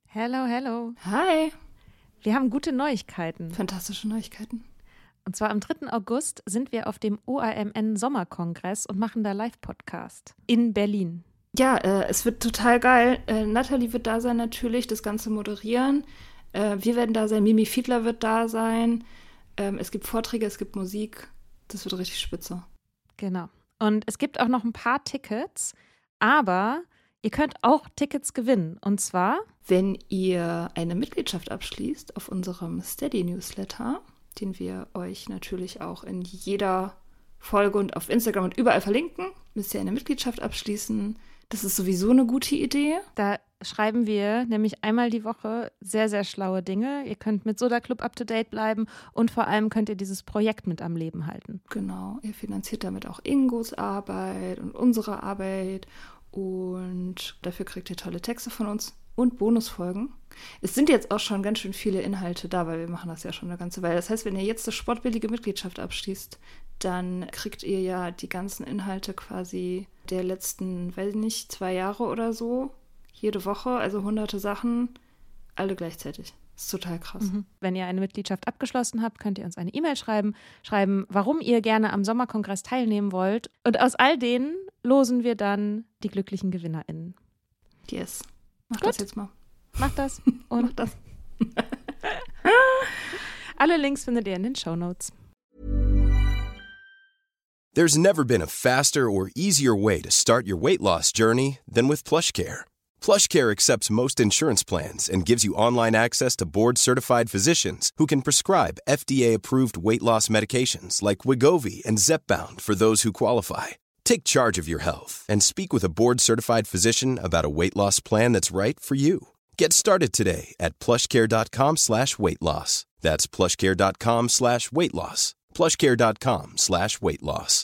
Hello, hello. Hi. Wir haben gute Neuigkeiten. Fantastische Neuigkeiten. Und zwar am 3. August sind wir auf dem ORMN Sommerkongress und machen da Live-Podcast in Berlin. Ja, es wird total geil. Nathalie wird da sein natürlich, das Ganze moderieren. Wir werden da sein, Mimi Fiedler wird da sein. Es gibt Vorträge, es gibt Musik. Das wird richtig spitze. Genau. Und es gibt auch noch ein paar Tickets, aber ihr könnt auch Tickets gewinnen. Und zwar, wenn ihr eine Mitgliedschaft abschließt auf unserem Steady-Newsletter, den wir euch natürlich auch in jeder Folge und auf Instagram und überall verlinken, müsst ihr eine Mitgliedschaft abschließen. Das ist sowieso eine gute Idee. Da schreiben wir nämlich einmal die Woche sehr, sehr schlaue Dinge. Ihr könnt mit Soda Club up-to-date bleiben und vor allem könnt ihr dieses Projekt mit am Leben halten. Genau, ihr finanziert damit auch Ingos Arbeit und unsere Arbeit und dafür kriegt ihr tolle Texte von uns und Bonusfolgen. Es sind jetzt auch schon ganz schön viele Inhalte da, weil wir machen das ja schon eine ganze Weile. Das heißt, wenn ihr jetzt eine sportbillige Mitgliedschaft abschließt, dann kriegt ihr ja die ganzen Inhalte quasi der letzten, weiß ich nicht, 2 Jahre oder so, jede Woche, also hunderte Sachen, alle gleichzeitig. Das ist total krass. Wenn ihr eine Mitgliedschaft abgeschlossen habt, könnt ihr uns eine E-Mail schreiben, warum ihr gerne am Sommerkongress teilnehmen wollt. Und aus all denen losen wir dann die glücklichen GewinnerInnen. Yes. Mach Gut. das jetzt mal. Macht das. Und Mach das. alle Links findet ihr in den Shownotes. There's never been a faster or easier way to start your weight loss journey than with PlushCare. PlushCare accepts most insurance plans and gives you online access to board-certified physicians who can prescribe FDA-approved weight loss medications like Wegovy and Zepbound for those who qualify. Take charge of your health and speak with a board-certified physician about a weight loss plan that's right for you. Get started today at plushcare.com/weightloss. That's plushcare.com/weightloss. plushcare.com/weightloss.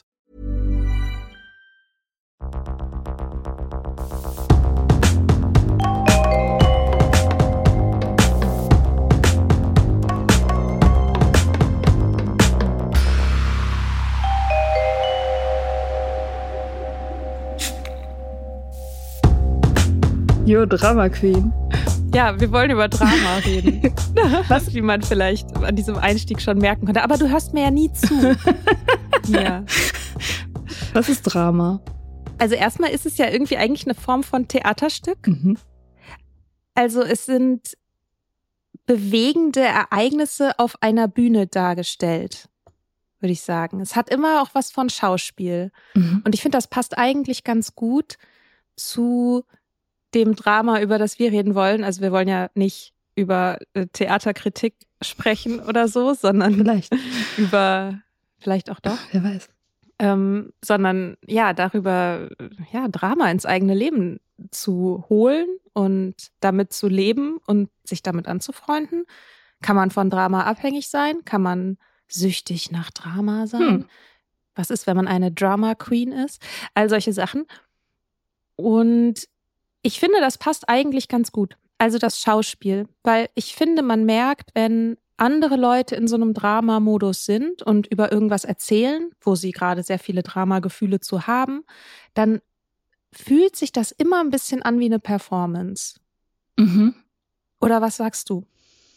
Yo, Drama Queen. Ja, wir wollen über Drama reden. Was, wie man vielleicht an diesem Einstieg schon merken konnte. Aber du hörst mir ja nie zu. Ja. Was ist Drama? Also erstmal ist es ja irgendwie eigentlich eine Form von Theaterstück. Also es sind bewegende Ereignisse auf einer Bühne dargestellt, würde ich sagen. Es hat immer auch was von Schauspiel. Und ich finde, das passt eigentlich ganz gut zu dem Drama, über das wir reden wollen. Also wir wollen ja nicht über Theaterkritik sprechen oder so, sondern vielleicht auch doch. Wer weiß. Sondern ja, darüber Drama ins eigene Leben zu holen und damit zu leben und sich damit anzufreunden. Kann man von Drama abhängig sein? Kann man süchtig nach Drama sein? Was ist, wenn man eine Drama Queen ist? All solche Sachen. Und ich finde, das passt eigentlich ganz gut. Also das Schauspiel. Weil ich finde, man merkt, wenn andere Leute in so einem Drama-Modus sind und über irgendwas erzählen, wo sie gerade sehr viele Dramagefühle zu haben, dann fühlt sich das immer ein bisschen an wie eine Performance. Oder was sagst du?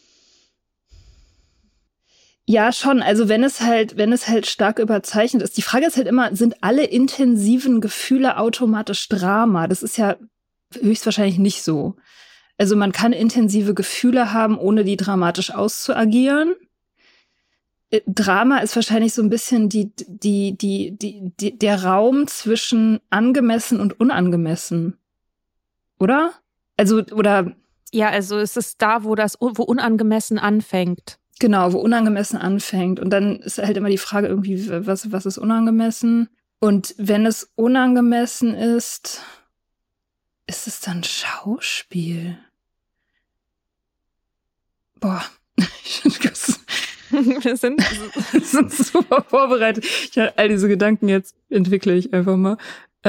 Ja, schon. Also wenn es halt stark überzeichnet ist. Die Frage ist halt immer, sind alle intensiven Gefühle automatisch Drama? Das ist ja höchstwahrscheinlich nicht so. Also man kann intensive Gefühle haben, ohne die dramatisch auszuagieren. Drama ist wahrscheinlich so ein bisschen der Raum zwischen angemessen und unangemessen. Oder? Ja, also es ist da, wo unangemessen anfängt. Genau, wo unangemessen anfängt. Und dann ist halt immer die Frage irgendwie, was ist unangemessen? Und wenn es unangemessen ist es dann Schauspiel? Boah, Wir sind super vorbereitet. All diese Gedanken jetzt entwickle ich einfach mal.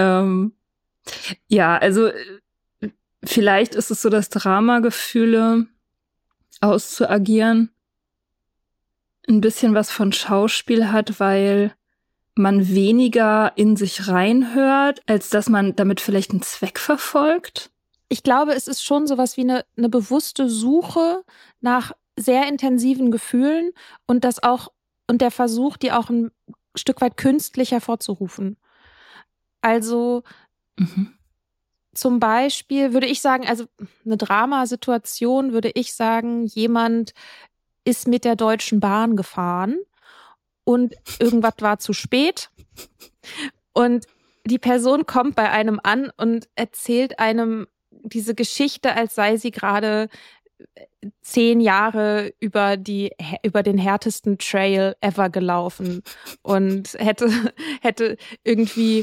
Ja, also vielleicht ist es so, dass Dramagefühle auszuagieren ein bisschen was von Schauspiel hat, weil man weniger in sich reinhört, als dass man damit vielleicht einen Zweck verfolgt. ich glaube, es ist schon sowas wie eine bewusste Suche nach sehr intensiven Gefühlen und der Versuch, die auch ein Stück weit künstlich hervorzurufen. Also zum Beispiel würde ich sagen, also eine Dramasituation würde ich sagen, jemand ist mit der Deutschen Bahn gefahren und irgendwas war zu spät und die Person kommt bei einem an und erzählt einem diese Geschichte, als sei sie gerade 10 Jahre über den härtesten Trail ever gelaufen und hätte irgendwie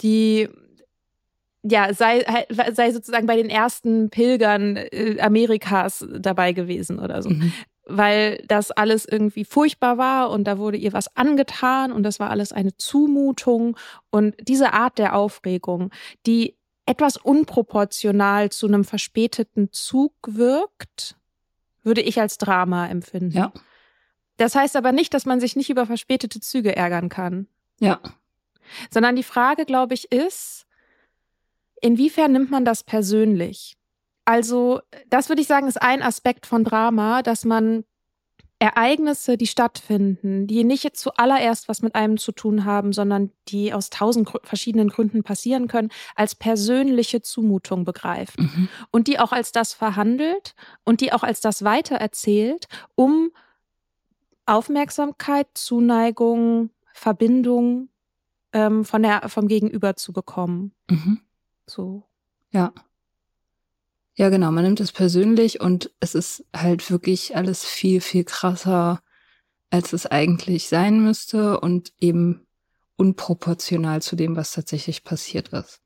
sei sozusagen bei den ersten Pilgern Amerikas dabei gewesen oder so. Weil das alles irgendwie furchtbar war und da wurde ihr was angetan und das war alles eine Zumutung. Und diese Art der Aufregung, die etwas unproportional zu einem verspäteten Zug wirkt, würde ich als Drama empfinden. Ja. Das heißt aber nicht, dass man sich nicht über verspätete Züge ärgern kann. Ja. Sondern die Frage, glaube ich, ist, inwiefern nimmt man das persönlich? Also, das würde ich sagen, ist ein Aspekt von Drama, dass man Ereignisse, die stattfinden, die nicht jetzt zuallererst was mit einem zu tun haben, sondern die aus 1000 verschiedenen Gründen passieren können, als persönliche Zumutung begreift. Und die auch als das verhandelt und die auch als das weitererzählt, um Aufmerksamkeit, Zuneigung, Verbindung vom Gegenüber zu bekommen. So. Ja. Ja, genau. Man nimmt es persönlich und es ist halt wirklich alles viel, viel krasser, als es eigentlich sein müsste und eben unproportional zu dem, was tatsächlich passiert ist.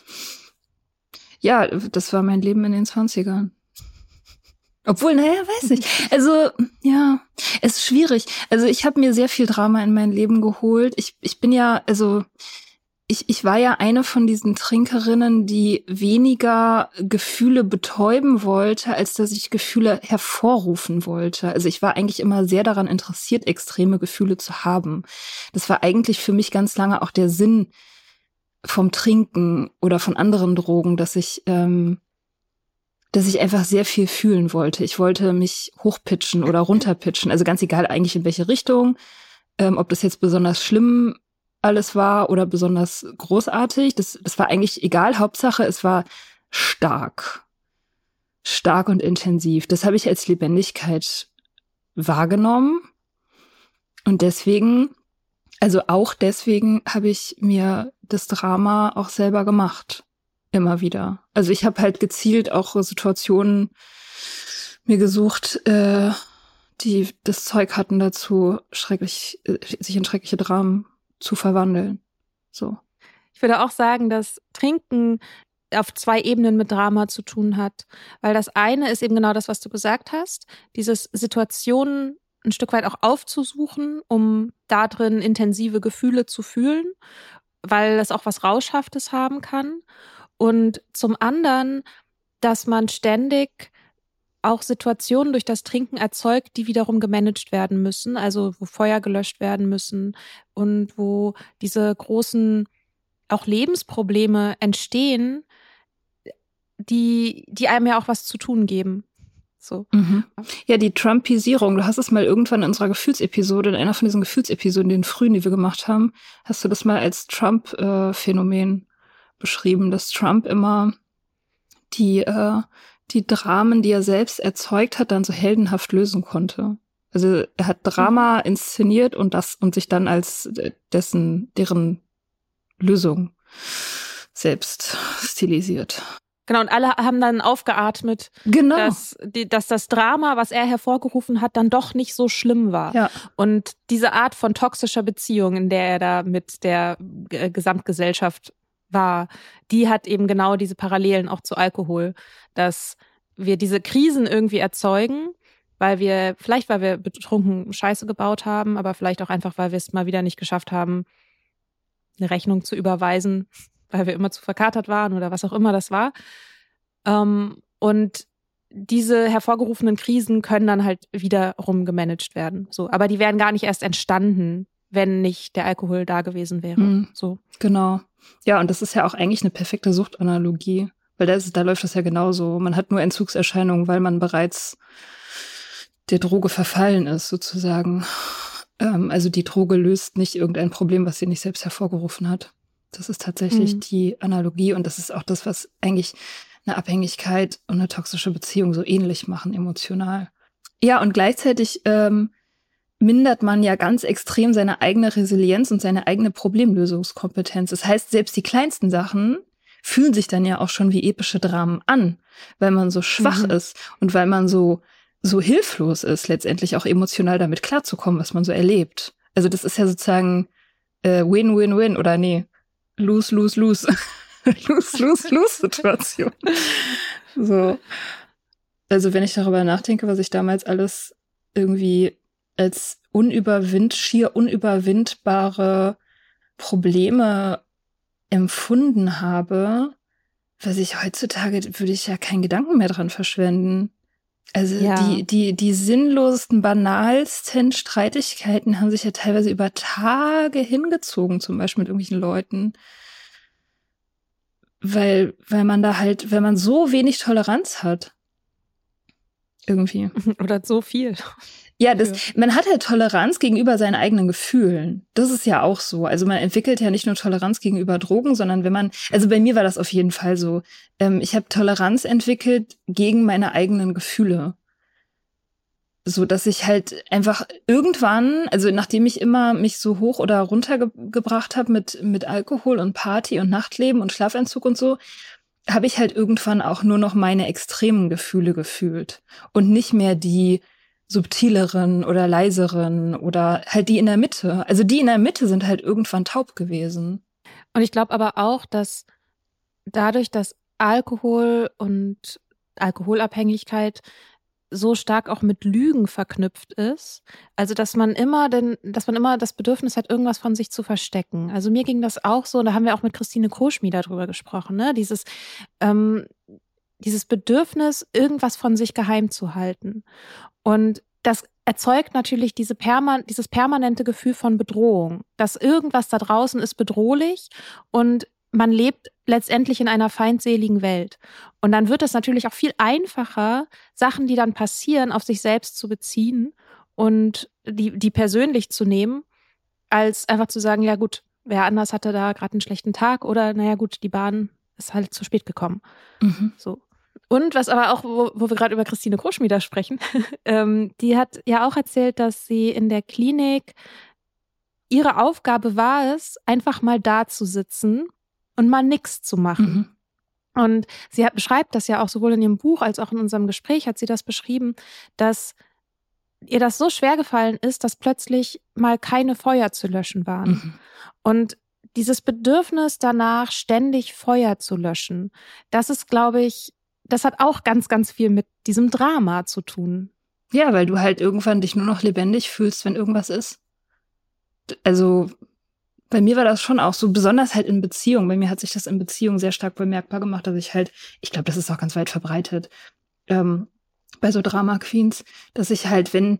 Ja, das war mein Leben in den 20ern. Obwohl, weiß nicht. Also, ja, es ist schwierig. Also ich habe mir sehr viel Drama in mein Leben geholt. Ich bin ja, also ich war ja eine von diesen Trinkerinnen, die weniger Gefühle betäuben wollte, als dass ich Gefühle hervorrufen wollte. Also ich war eigentlich immer sehr daran interessiert, extreme Gefühle zu haben. Das war eigentlich für mich ganz lange auch der Sinn vom Trinken oder von anderen Drogen, dass ich einfach sehr viel fühlen wollte. Ich wollte mich hochpitchen oder runterpitchen. Also ganz egal eigentlich in welche Richtung, ob das jetzt besonders schlimm alles war oder besonders großartig. Das war eigentlich egal. Hauptsache, es war stark. Stark und intensiv. Das habe ich als Lebendigkeit wahrgenommen. Und deswegen habe ich mir das Drama auch selber gemacht. Immer wieder. Also ich habe halt gezielt auch Situationen mir gesucht, die das Zeug hatten dazu, sich in schreckliche Dramen zu verwandeln. So. Ich würde auch sagen, dass Trinken auf 2 Ebenen mit Drama zu tun hat. Weil das eine ist eben genau das, was du gesagt hast. Dieses Situationen ein Stück weit auch aufzusuchen, um da drin intensive Gefühle zu fühlen, weil das auch was Rauschhaftes haben kann. Und zum anderen, dass man ständig auch Situationen durch das Trinken erzeugt, die wiederum gemanagt werden müssen, also wo Feuer gelöscht werden müssen und wo diese großen auch Lebensprobleme entstehen, die einem ja auch was zu tun geben. So. Ja, die Trumpisierung, du hast es mal irgendwann in unserer Gefühlsepisode, in einer von diesen Gefühlsepisoden, den frühen, die wir gemacht haben, hast du das mal als Trump-Phänomen beschrieben, dass Trump immer die Dramen, die er selbst erzeugt hat, dann so heldenhaft lösen konnte. Also er hat Drama inszeniert und sich dann als deren Lösung selbst stilisiert. Genau, und alle haben dann aufgeatmet, genau, dass das Drama, was er hervorgerufen hat, dann doch nicht so schlimm war. Ja. Und diese Art von toxischer Beziehung, in der er da mit der Gesamtgesellschaft war, die hat eben genau diese Parallelen auch zu Alkohol, dass wir diese Krisen irgendwie erzeugen, weil wir betrunken Scheiße gebaut haben, aber vielleicht auch einfach, weil wir es mal wieder nicht geschafft haben, eine Rechnung zu überweisen, weil wir immer zu verkatert waren oder was auch immer das war. Und diese hervorgerufenen Krisen können dann halt wiederum gemanagt werden. So, aber die wären gar nicht erst entstanden, wenn nicht der Alkohol da gewesen wäre. So. Genau. Ja, und das ist ja auch eigentlich eine perfekte Suchtanalogie. Weil da läuft das ja genauso. Man hat nur Entzugserscheinungen, weil man bereits der Droge verfallen ist, sozusagen. Also die Droge löst nicht irgendein Problem, was sie nicht selbst hervorgerufen hat. Das ist tatsächlich die Analogie und das ist auch das, was eigentlich eine Abhängigkeit und eine toxische Beziehung so ähnlich machen, emotional. Ja, und gleichzeitig mindert man ja ganz extrem seine eigene Resilienz und seine eigene Problemlösungskompetenz. Das heißt, selbst die kleinsten Sachen fühlen sich dann ja auch schon wie epische Dramen an, weil man so schwach ist und weil man so hilflos ist, letztendlich auch emotional damit klarzukommen, was man so erlebt. Also das ist ja sozusagen Win-Win-Win oder nee, Lose-Lose-Lose. Lose-Lose-Lose-Situation. So. Also wenn ich darüber nachdenke, was ich damals alles irgendwie als schier unüberwindbare Probleme empfunden habe, was ich heutzutage, würde ich ja keinen Gedanken mehr dran verschwenden. Also die sinnlosesten, banalsten Streitigkeiten haben sich ja teilweise über Tage hingezogen, zum Beispiel mit irgendwelchen Leuten. Weil man so wenig Toleranz hat. Irgendwie. Oder so viel. Ja, man hat halt Toleranz gegenüber seinen eigenen Gefühlen. Das ist ja auch so. Also man entwickelt ja nicht nur Toleranz gegenüber Drogen, sondern also bei mir war das auf jeden Fall so. Ich habe Toleranz entwickelt gegen meine eigenen Gefühle. So, dass ich halt einfach irgendwann, also nachdem ich immer mich so hoch oder runter gebracht habe mit Alkohol und Party und Nachtleben und Schlafentzug und so, habe ich halt irgendwann auch nur noch meine extremen Gefühle gefühlt und nicht mehr die subtileren oder leiseren oder halt die in der Mitte. Also die in der Mitte sind halt irgendwann taub gewesen. Und ich glaube aber auch, dass dadurch, dass Alkohol und Alkoholabhängigkeit so stark auch mit Lügen verknüpft ist, also dass man immer das Bedürfnis hat, irgendwas von sich zu verstecken. Also mir ging das auch so, und da haben wir auch mit Christine Koschmi darüber gesprochen, ne? Dieses Bedürfnis, irgendwas von sich geheim zu halten. Und das erzeugt natürlich dieses permanente Gefühl von Bedrohung, dass irgendwas da draußen ist bedrohlich und man lebt letztendlich in einer feindseligen Welt. Und dann wird es natürlich auch viel einfacher, Sachen, die dann passieren, auf sich selbst zu beziehen und die persönlich zu nehmen, als einfach zu sagen, ja gut, wer anders hatte da gerade einen schlechten Tag oder naja gut, die Bahn ist halt zu spät gekommen. So. Und was aber auch, wo wir gerade über Christine Koschmi da sprechen, die hat ja auch erzählt, dass sie in der Klinik, ihre Aufgabe war es, einfach mal da zu sitzen und mal nichts zu machen. Und sie beschreibt das ja auch sowohl in ihrem Buch als auch in unserem Gespräch, hat sie das beschrieben, dass ihr das so schwer gefallen ist, dass plötzlich mal keine Feuer zu löschen waren. Und dieses Bedürfnis danach, ständig Feuer zu löschen, das ist, glaube ich, das hat auch ganz, ganz viel mit diesem Drama zu tun. Ja, weil du halt irgendwann dich nur noch lebendig fühlst, wenn irgendwas ist. Also bei mir war das schon auch so, besonders halt in Beziehungen. Bei mir hat sich das in Beziehungen sehr stark bemerkbar gemacht, dass ich glaube, das ist auch ganz weit verbreitet, bei so Drama-Queens, dass ich halt, wenn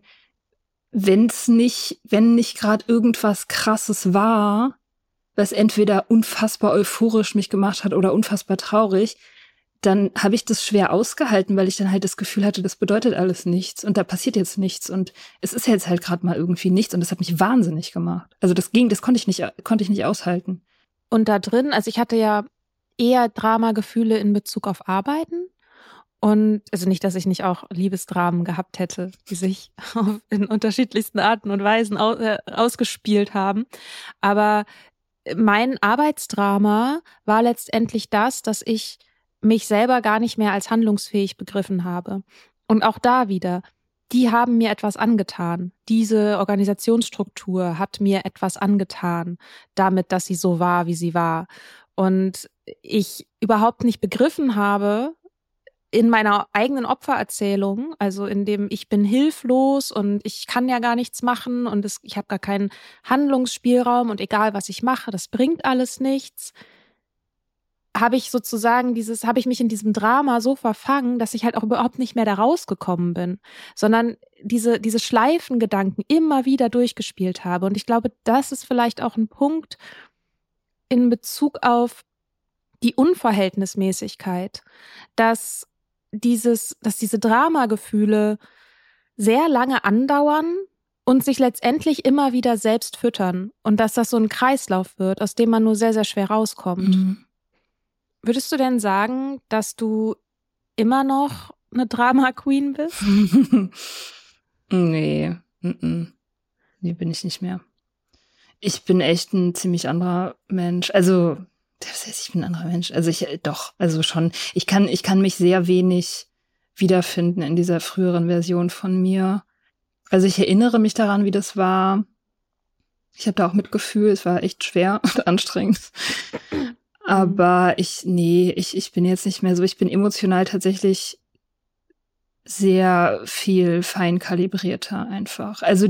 nicht gerade irgendwas Krasses war, was entweder unfassbar euphorisch mich gemacht hat oder unfassbar traurig, dann habe ich das schwer ausgehalten, weil ich dann halt das Gefühl hatte, das bedeutet alles nichts und da passiert jetzt nichts und es ist jetzt halt gerade mal irgendwie nichts und das hat mich wahnsinnig gemacht. Also das konnte ich nicht aushalten. Und da drin, also ich hatte ja eher Dramagefühle in Bezug auf Arbeiten und also nicht, dass ich nicht auch Liebesdramen gehabt hätte, die sich in unterschiedlichsten Arten und Weisen ausgespielt haben, aber mein Arbeitsdrama war letztendlich das, dass ich mich selber gar nicht mehr als handlungsfähig begriffen habe. Und auch da wieder, die haben mir etwas angetan. Diese Organisationsstruktur hat mir etwas angetan, damit, dass sie so war, wie sie war. Und ich überhaupt nicht begriffen habe, in meiner eigenen Opfererzählung, also in dem ich bin hilflos und ich kann ja gar nichts machen und ich habe gar keinen Handlungsspielraum und egal, was ich mache, das bringt alles nichts, habe ich mich in diesem Drama so verfangen, dass ich halt auch überhaupt nicht mehr da rausgekommen bin, sondern diese Schleifengedanken immer wieder durchgespielt habe. Und ich glaube, das ist vielleicht auch ein Punkt in Bezug auf die Unverhältnismäßigkeit, dass diese Dramagefühle sehr lange andauern und sich letztendlich immer wieder selbst füttern und dass das so ein Kreislauf wird, aus dem man nur sehr, sehr schwer rauskommt. Würdest du denn sagen, dass du immer noch eine Drama-Queen bist? Nee. Nee, bin ich nicht mehr. Ich bin echt ein ziemlich anderer Mensch. Also, das heißt, ich bin ein anderer Mensch. Also schon. Ich kann mich sehr wenig wiederfinden in dieser früheren Version von mir. Also ich erinnere mich daran, wie das war. Ich habe da auch Mitgefühl. Es war echt schwer und anstrengend. Aber ich bin jetzt nicht mehr so. Ich bin emotional tatsächlich sehr viel feinkalibrierter einfach. Also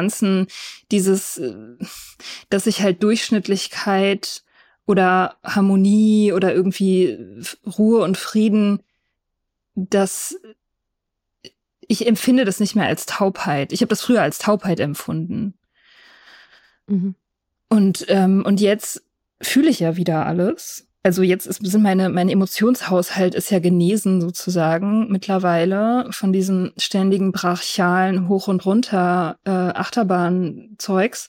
dass ich halt Durchschnittlichkeit oder Harmonie oder irgendwie Ruhe und Frieden, ich empfinde das nicht mehr als Taubheit. Ich habe das früher als Taubheit empfunden. Mhm. Und jetzt fühle ich ja wieder alles. Also jetzt sind mein Emotionshaushalt ist ja genesen sozusagen mittlerweile von diesem ständigen brachialen Hoch und Runter Achterbahn-Zeugs,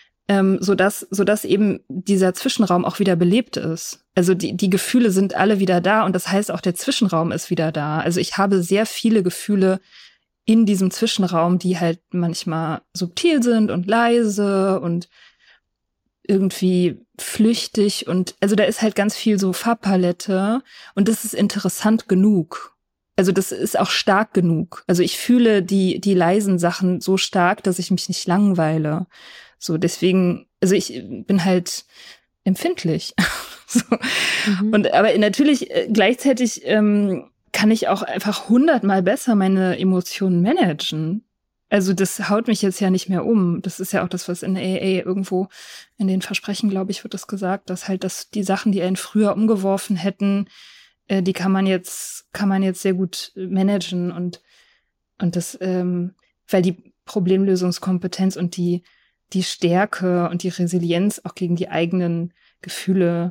sodass eben dieser Zwischenraum auch wieder belebt ist. Also die Gefühle sind alle wieder da und das heißt auch der Zwischenraum ist wieder da. Also ich habe sehr viele Gefühle in diesem Zwischenraum, die halt manchmal subtil sind und leise und irgendwie flüchtig und also da ist halt ganz viel so Farbpalette und das ist interessant genug. Also das ist auch stark genug. Also ich fühle die leisen Sachen so stark, dass ich mich nicht langweile. So deswegen, also ich bin halt empfindlich. So. Aber natürlich gleichzeitig kann ich auch einfach 100-mal besser meine Emotionen managen. Also das haut mich jetzt ja nicht mehr um. Das ist ja auch das, was in AA irgendwo in den Versprechen, glaube ich, wird das gesagt, dass halt die Sachen, die einen früher umgeworfen hätten, die kann man jetzt sehr gut managen und das, weil die Problemlösungskompetenz und die Stärke und die Resilienz auch gegen die eigenen Gefühle,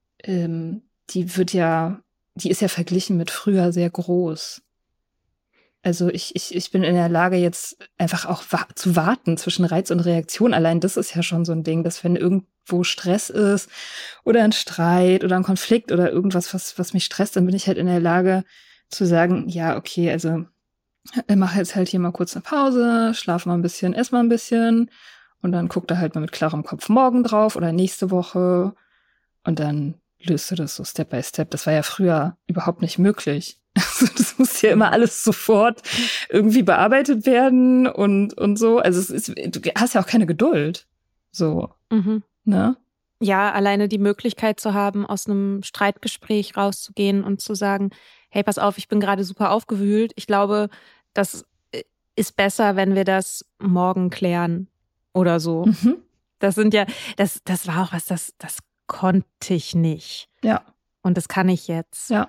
die ist ja verglichen mit früher sehr groß. Also ich bin in der Lage, jetzt einfach auch zu warten zwischen Reiz und Reaktion. Allein das ist ja schon so ein Ding, dass wenn irgendwo Stress ist oder ein Streit oder ein Konflikt oder irgendwas, was mich stresst, dann bin ich halt in der Lage zu sagen, ja, okay, also ich mache jetzt halt hier mal kurz eine Pause, schlaf mal ein bisschen, ess mal ein bisschen und dann guck da halt mal mit klarem Kopf morgen drauf oder nächste Woche und dann löst du das so Step by Step. Das war ja früher überhaupt nicht möglich. Also das muss ja immer alles sofort irgendwie bearbeitet werden und so. Also du hast ja auch keine Geduld. So, ne? Ja, alleine die Möglichkeit zu haben, aus einem Streitgespräch rauszugehen und zu sagen, hey, pass auf, ich bin gerade super aufgewühlt. Ich glaube, das ist besser, wenn wir das morgen klären oder so. Das war auch was, das konnte ich nicht. Ja. Und das kann ich jetzt. Ja.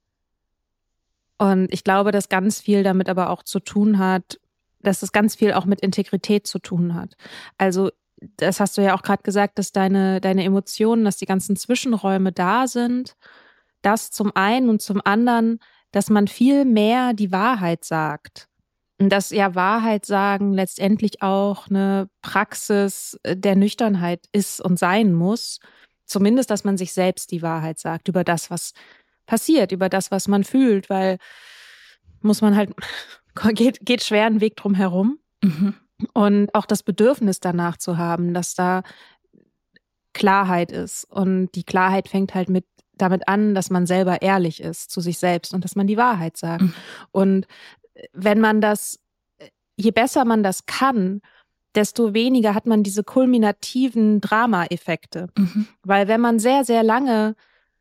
Und ich glaube, dass ganz viel damit aber auch zu tun hat, dass es ganz viel auch mit Integrität zu tun hat. Also das hast du ja auch gerade gesagt, dass deine Emotionen, dass die ganzen Zwischenräume da sind. Das zum einen und zum anderen, dass man viel mehr die Wahrheit sagt. Und dass ja Wahrheit sagen letztendlich auch eine Praxis der Nüchternheit ist und sein muss. Zumindest, dass man sich selbst die Wahrheit sagt über das, was passiert, über das, was man fühlt, weil geht schwer einen Weg drum herum. Und auch das Bedürfnis danach zu haben, dass da Klarheit ist. Und die Klarheit fängt halt damit an, dass man selber ehrlich ist zu sich selbst und dass man die Wahrheit sagt. Und wenn man je besser man das kann, desto weniger hat man diese kulminativen Drama-Effekte. Weil wenn man sehr, sehr lange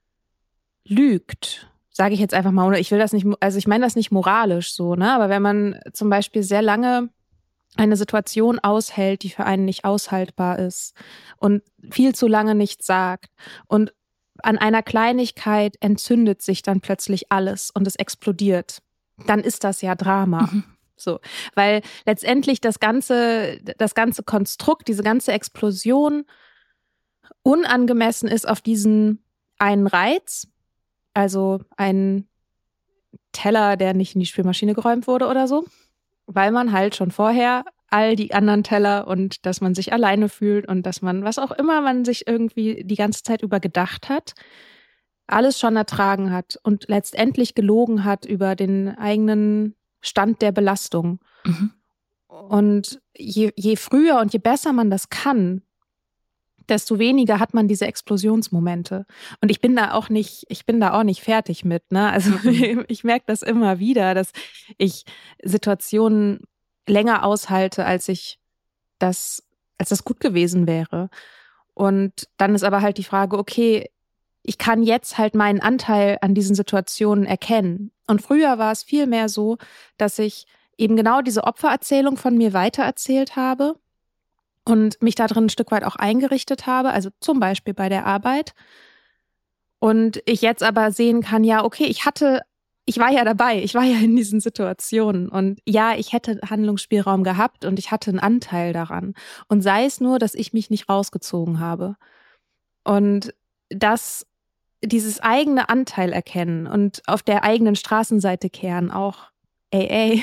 lügt, sage ich jetzt einfach mal, oder ich meine das nicht moralisch so, ne? Aber wenn man zum Beispiel sehr lange eine Situation aushält, die für einen nicht aushaltbar ist und viel zu lange nichts sagt und an einer Kleinigkeit entzündet sich dann plötzlich alles und es explodiert, dann ist das ja Drama. So, weil letztendlich das ganze Konstrukt, diese ganze Explosion unangemessen ist auf diesen einen Reiz, also einen Teller, der nicht in die Spülmaschine geräumt wurde oder so, weil man halt schon vorher all die anderen Teller und dass man sich alleine fühlt und dass man, was auch immer man sich irgendwie die ganze Zeit über gedacht hat, alles schon ertragen hat und letztendlich gelogen hat über den eigenen Stand der Belastung. Mhm. Und je früher und je besser man das kann, desto weniger hat man diese Explosionsmomente. Und ich bin da auch nicht fertig mit, ne? Also ich merke das immer wieder, dass ich Situationen länger aushalte, als das gut gewesen wäre. Und dann ist aber halt die Frage, okay, ich kann jetzt halt meinen Anteil an diesen Situationen erkennen. Und früher war es viel mehr so, dass ich eben genau diese Opfererzählung von mir weitererzählt habe und mich da drin ein Stück weit auch eingerichtet habe, also zum Beispiel bei der Arbeit. Und ich jetzt aber sehen kann, ja, okay, ich war ja dabei, ich war ja in diesen Situationen und ja, ich hätte Handlungsspielraum gehabt und ich hatte einen Anteil daran. Und sei es nur, dass ich mich nicht rausgezogen habe. Und dieses eigene Anteil erkennen und auf der eigenen Straßenseite kehren, auch AA.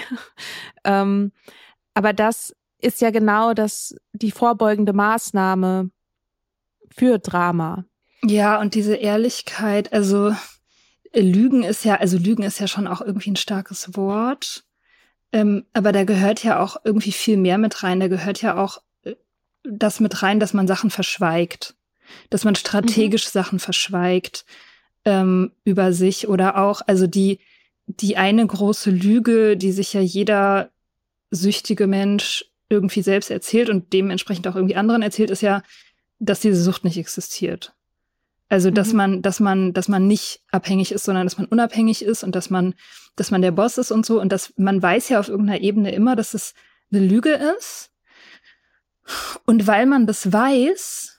Aber das ist ja genau die vorbeugende Maßnahme für Drama. Ja, und diese Ehrlichkeit, also Lügen ist ja schon auch irgendwie ein starkes Wort. Aber da gehört ja auch irgendwie viel mehr mit rein. Da gehört ja auch das mit rein, dass man Sachen verschweigt. Dass man strategisch Sachen verschweigt über sich oder auch, also die eine große Lüge, die sich ja jeder süchtige Mensch irgendwie selbst erzählt und dementsprechend auch irgendwie anderen erzählt, ist ja, dass diese Sucht nicht existiert. Also, dass man nicht abhängig ist, sondern dass man unabhängig ist und dass man der Boss ist und so. Und dass man weiß ja auf irgendeiner Ebene immer, dass es eine Lüge ist. Und weil man das weiß,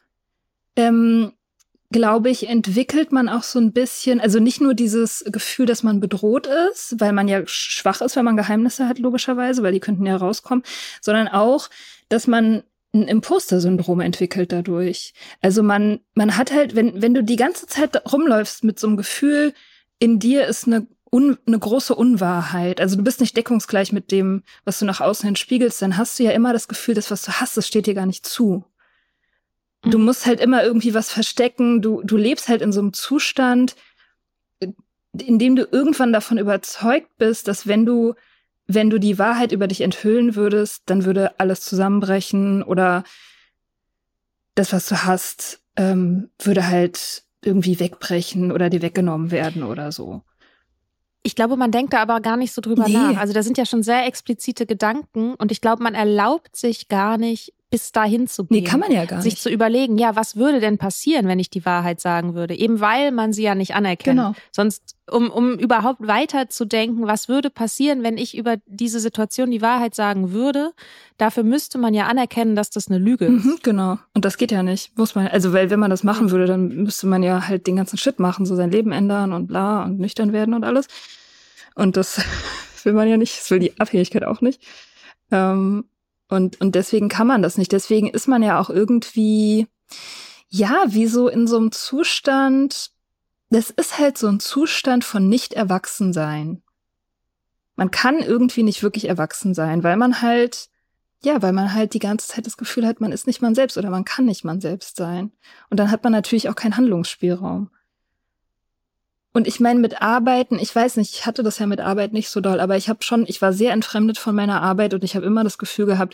glaube ich, entwickelt man auch so ein bisschen, also nicht nur dieses Gefühl, dass man bedroht ist, weil man ja schwach ist, wenn man Geheimnisse hat, logischerweise, weil die könnten ja rauskommen, sondern auch, dass man ein Imposter-Syndrom entwickelt dadurch. Also man hat halt, wenn du die ganze Zeit rumläufst mit so einem Gefühl, in dir ist eine große Unwahrheit, also du bist nicht deckungsgleich mit dem, was du nach außen hin spiegelst, dann hast du ja immer das Gefühl, das, was du hast, das steht dir gar nicht zu. Du musst halt immer irgendwie was verstecken, du lebst halt in so einem Zustand, in dem du irgendwann davon überzeugt bist, dass wenn du die Wahrheit über dich enthüllen würdest, dann würde alles zusammenbrechen oder das, was du hast, würde halt irgendwie wegbrechen oder dir weggenommen werden oder so. Ich glaube, man denkt da aber gar nicht so drüber nach. Also da sind ja schon sehr explizite Gedanken und ich glaube, man erlaubt sich gar nicht, bis dahin zu gehen. Nee, kann man ja gar nicht. Sich zu überlegen, ja, was würde denn passieren, wenn ich die Wahrheit sagen würde? Eben weil man sie ja nicht anerkennt. Genau. Sonst, um überhaupt weiterzudenken, was würde passieren, wenn ich über diese Situation die Wahrheit sagen würde, dafür müsste man ja anerkennen, dass das eine Lüge ist. Genau. Und das geht ja nicht. Muss man, also weil wenn man das machen würde, dann müsste man ja halt den ganzen Shit machen, so sein Leben ändern und bla und nüchtern werden und alles. Und das will man ja nicht, das will die Abhängigkeit auch nicht. Und deswegen kann man das nicht. Deswegen ist man ja auch irgendwie, ja, wie so in so einem Zustand, das ist halt so ein Zustand von Nicht-Erwachsen-Sein. Man kann irgendwie nicht wirklich erwachsen sein, weil man halt die ganze Zeit das Gefühl hat, man ist nicht man selbst oder man kann nicht man selbst sein. Und dann hat man natürlich auch keinen Handlungsspielraum. Und ich meine, mit Arbeiten, ich weiß nicht, ich hatte das ja mit Arbeit nicht so doll, aber ich war sehr entfremdet von meiner Arbeit und ich habe immer das Gefühl gehabt,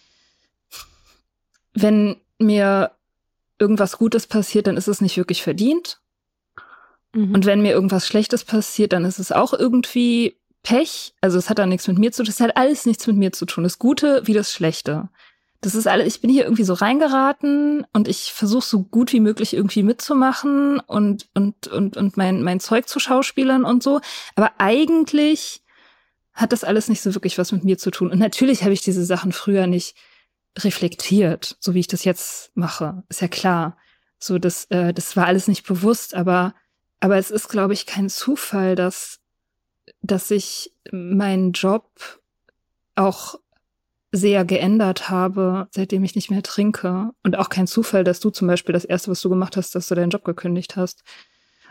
wenn mir irgendwas Gutes passiert, dann ist es nicht wirklich verdient. Und wenn mir irgendwas Schlechtes passiert, dann ist es auch irgendwie Pech. Also es hat dann nichts mit mir zu tun. Es hat alles nichts mit mir zu tun. Das Gute wie das Schlechte. Das ist alles, ich bin hier irgendwie so reingeraten und ich versuche so gut wie möglich irgendwie mitzumachen und mein Zeug zu schauspielern und so. Aber eigentlich hat das alles nicht so wirklich was mit mir zu tun. Und natürlich habe ich diese Sachen früher nicht reflektiert, so wie ich das jetzt mache. Ist ja klar. So, das war alles nicht bewusst, aber es ist, glaube ich, kein Zufall, dass ich meinen Job auch sehr geändert habe, seitdem ich nicht mehr trinke. Und auch kein Zufall, dass du zum Beispiel das Erste, was du gemacht hast, dass du deinen Job gekündigt hast.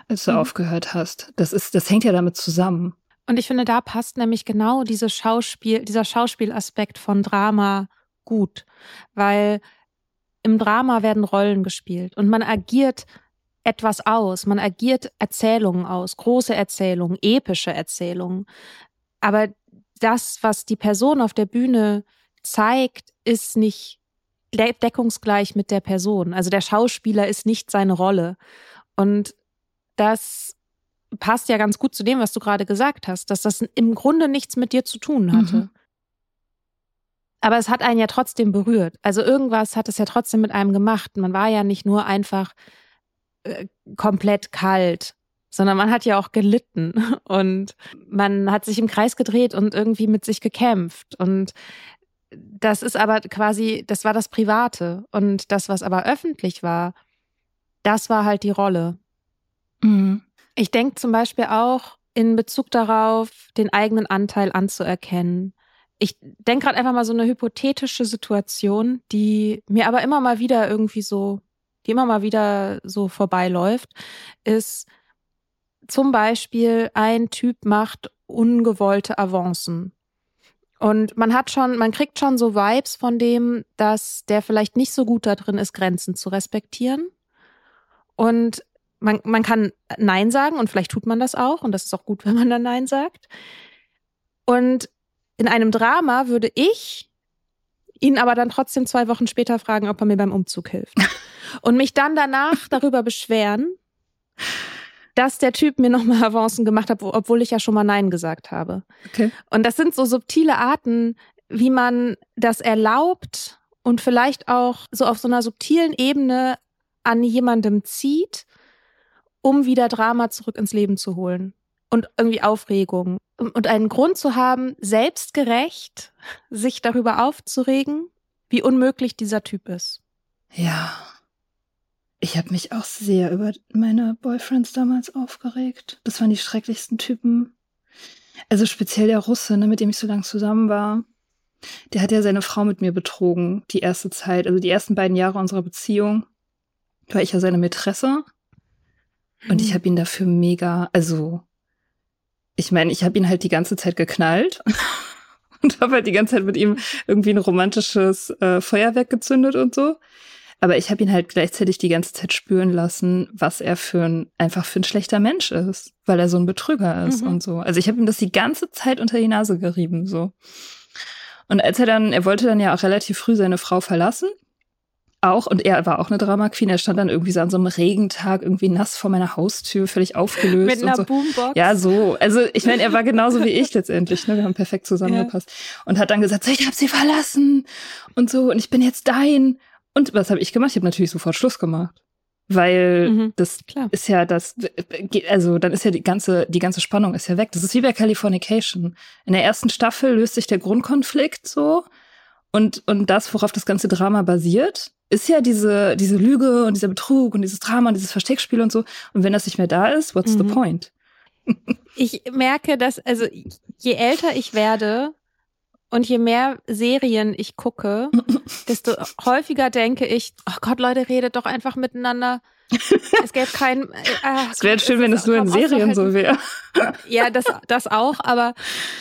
als du aufgehört hast. Das hängt ja damit zusammen. Und ich finde, da passt nämlich genau dieser Schauspielaspekt von Drama gut. Weil im Drama werden Rollen gespielt und man agiert etwas aus. Man agiert Erzählungen aus, große Erzählungen, epische Erzählungen. Aber das, was die Person auf der Bühne zeigt, ist nicht deckungsgleich mit der Person. Also der Schauspieler ist nicht seine Rolle. Und das passt ja ganz gut zu dem, was du gerade gesagt hast, dass das im Grunde nichts mit dir zu tun hatte. Mhm. Aber es hat einen ja trotzdem berührt. Also irgendwas hat es ja trotzdem mit einem gemacht. Man war ja nicht nur einfach komplett kalt, sondern man hat ja auch gelitten und man hat sich im Kreis gedreht und irgendwie mit sich gekämpft. Und das ist aber quasi, das war das Private. Und das, was aber öffentlich war, das war halt die Rolle. Mhm. Ich denke zum Beispiel auch in Bezug darauf, den eigenen Anteil anzuerkennen. Ich denke gerade einfach mal so eine hypothetische Situation, die mir aber immer mal wieder so vorbeiläuft, ist zum Beispiel, ein Typ macht ungewollte Avancen. Und man kriegt schon so Vibes von dem, dass der vielleicht nicht so gut da drin ist, Grenzen zu respektieren. Und man kann Nein sagen und vielleicht tut man das auch und das ist auch gut, wenn man dann Nein sagt. Und in einem Drama würde ich ihn aber dann trotzdem 2 Wochen später fragen, ob er mir beim Umzug hilft. Und mich dann danach darüber beschweren, dass der Typ mir nochmal Avancen gemacht hat, obwohl ich ja schon mal Nein gesagt habe. Okay. Und das sind so subtile Arten, wie man das erlaubt und vielleicht auch so auf so einer subtilen Ebene an jemandem zieht, um wieder Drama zurück ins Leben zu holen und irgendwie Aufregung und einen Grund zu haben, selbstgerecht sich darüber aufzuregen, wie unmöglich dieser Typ ist. Ja, ich habe mich auch sehr über meine Boyfriends damals aufgeregt. Das waren die schrecklichsten Typen. Also speziell der Russe, mit dem ich so lange zusammen war. Der hat ja seine Frau mit mir betrogen, die erste Zeit, also die ersten 2 Jahre unserer Beziehung. War ich ja seine Mätresse. Und ich habe ihn dafür ich habe ihn halt die ganze Zeit geknallt und habe halt die ganze Zeit mit ihm irgendwie ein romantisches Feuerwerk gezündet und so. Aber ich habe ihn halt gleichzeitig die ganze Zeit spüren lassen, was er für ein schlechter Mensch ist, weil er so ein Betrüger ist und so. Also ich habe ihm das die ganze Zeit unter die Nase gerieben, so. Und er wollte dann ja auch relativ früh seine Frau verlassen. Und er war auch eine Drama-Queen. Er stand dann irgendwie so an so einem Regentag irgendwie nass vor meiner Haustür, völlig aufgelöst. Mit einer so. Boombox. Ja, so. Also ich meine, er war genauso wie ich letztendlich. Wir haben perfekt zusammengepasst. Ja. Und hat dann gesagt, so, ich habe sie verlassen und so. Und ich bin jetzt dein. Und was habe ich gemacht? Ich habe natürlich sofort Schluss gemacht. Weil das ist ja dann ist ja die ganze Spannung ist ja weg. Das ist wie bei Californication. In der ersten Staffel löst sich der Grundkonflikt so. Und das, worauf das ganze Drama basiert, ist ja diese Lüge und dieser Betrug und dieses Drama und dieses Versteckspiel und so. Und wenn das nicht mehr da ist, what's the point? Ich merke, dass, also je älter ich werde und je mehr Serien ich gucke, desto häufiger denke ich, oh Gott, Leute, redet doch einfach miteinander. Es gäbe kein... Es wäre schön, wenn es nur in Serien so wäre. Ja, das auch, aber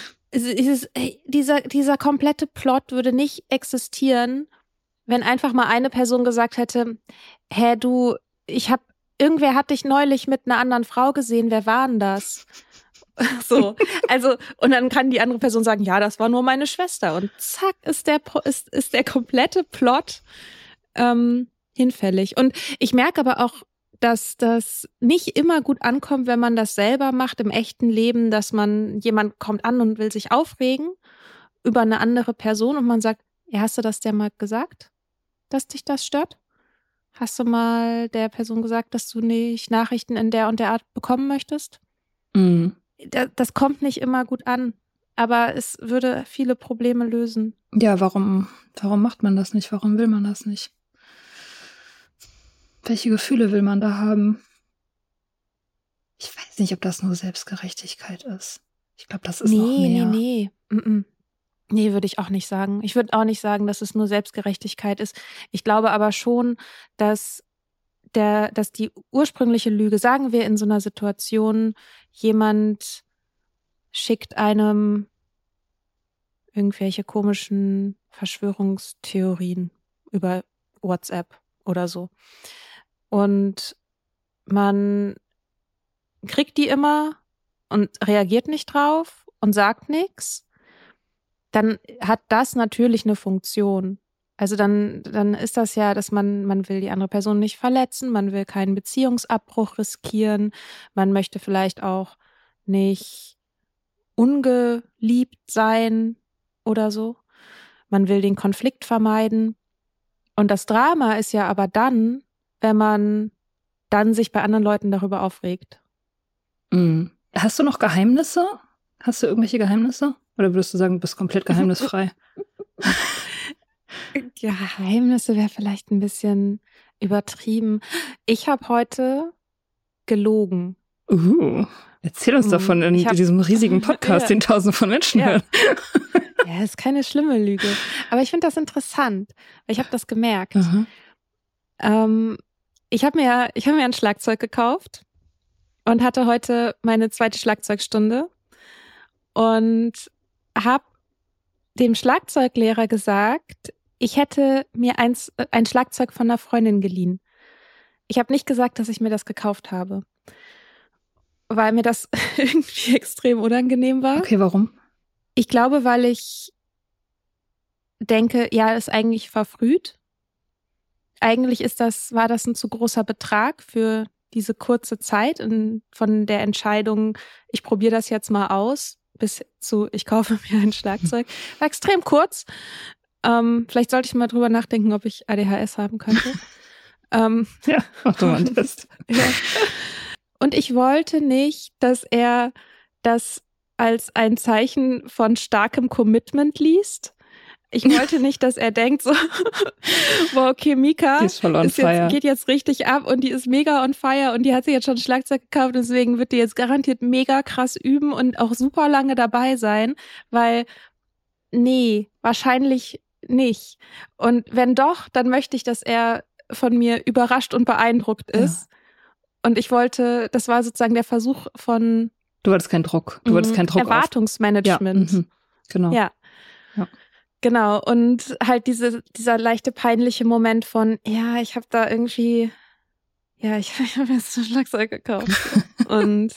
dieser komplette Plot würde nicht existieren, wenn einfach mal eine Person gesagt hätte, irgendwer hat dich neulich mit einer anderen Frau gesehen, wer war denn das? So, also, und dann kann die andere Person sagen, ja, das war nur meine Schwester. Und zack, ist der komplette Plot hinfällig. Und ich merke aber auch, dass das nicht immer gut ankommt, wenn man das selber macht im echten Leben, dass jemand kommt an und will sich aufregen über eine andere Person und man sagt, ja, hast du das der mal gesagt, dass dich das stört? Hast du mal der Person gesagt, dass du nicht Nachrichten in der und der Art bekommen möchtest? Mhm. Das kommt nicht immer gut an, aber es würde viele Probleme lösen. Ja, warum macht man das nicht? Warum will man das nicht? Welche Gefühle will man da haben? Ich weiß nicht, ob das nur Selbstgerechtigkeit ist. Ich glaube, das ist noch mehr. Nee. Nee, würde ich auch nicht sagen. Ich würde auch nicht sagen, dass es nur Selbstgerechtigkeit ist. Ich glaube aber schon, dass dass die ursprüngliche Lüge, sagen wir in so einer Situation, jemand schickt einem irgendwelche komischen Verschwörungstheorien über WhatsApp oder so. Und man kriegt die immer und reagiert nicht drauf und sagt nichts, dann hat das natürlich eine Funktion. Also dann ist das ja, dass man will die andere Person nicht verletzen, man will keinen Beziehungsabbruch riskieren, man möchte vielleicht auch nicht ungeliebt sein oder so. Man will den Konflikt vermeiden. Und das Drama ist ja aber dann, wenn man dann sich bei anderen Leuten darüber aufregt. Mhm. Hast du noch Geheimnisse? Hast du irgendwelche Geheimnisse? Oder würdest du sagen, du bist komplett geheimnisfrei? Geheimnisse wäre vielleicht ein bisschen übertrieben. Ich habe heute gelogen. Erzähl uns davon in diesem riesigen Podcast, den tausende von Menschen hören. Ja, ist keine schlimme Lüge. Aber ich finde das interessant, weil ich habe das gemerkt. Ich habe mir ein Schlagzeug gekauft und hatte heute meine 2. Schlagzeugstunde und habe dem Schlagzeuglehrer gesagt, ich hätte mir ein Schlagzeug von einer Freundin geliehen. Ich habe nicht gesagt, dass ich mir das gekauft habe, weil mir das irgendwie extrem unangenehm war. Okay, warum? Ich glaube, weil ich denke, ja, ist eigentlich verfrüht. Eigentlich war das ein zu großer Betrag für diese kurze Zeit von der Entscheidung, ich probiere das jetzt mal aus, bis zu, ich kaufe mir ein Schlagzeug. War extrem kurz. Vielleicht sollte ich mal drüber nachdenken, ob ich ADHS haben könnte. Ja, mach doch mal einen Test. Ja. Und ich wollte nicht, dass er das als ein Zeichen von starkem Commitment liest. Ich wollte nicht, dass er denkt so, wow, okay, Mika geht jetzt richtig ab und die ist mega on fire und die hat sich jetzt schon ein Schlagzeug gekauft, deswegen wird die jetzt garantiert mega krass üben und auch super lange dabei sein, weil nee, wahrscheinlich nicht. Und wenn doch, dann möchte ich, dass er von mir überrascht und beeindruckt ist. Ja. Und ich wollte, das war sozusagen der Versuch von Du wolltest keinen Druck. Erwartungsmanagement. Ja, genau. Ja. Genau. Und halt dieser leichte peinliche Moment von, ja, ich habe da irgendwie, ich habe jetzt ein Schlagzeug gekauft. Und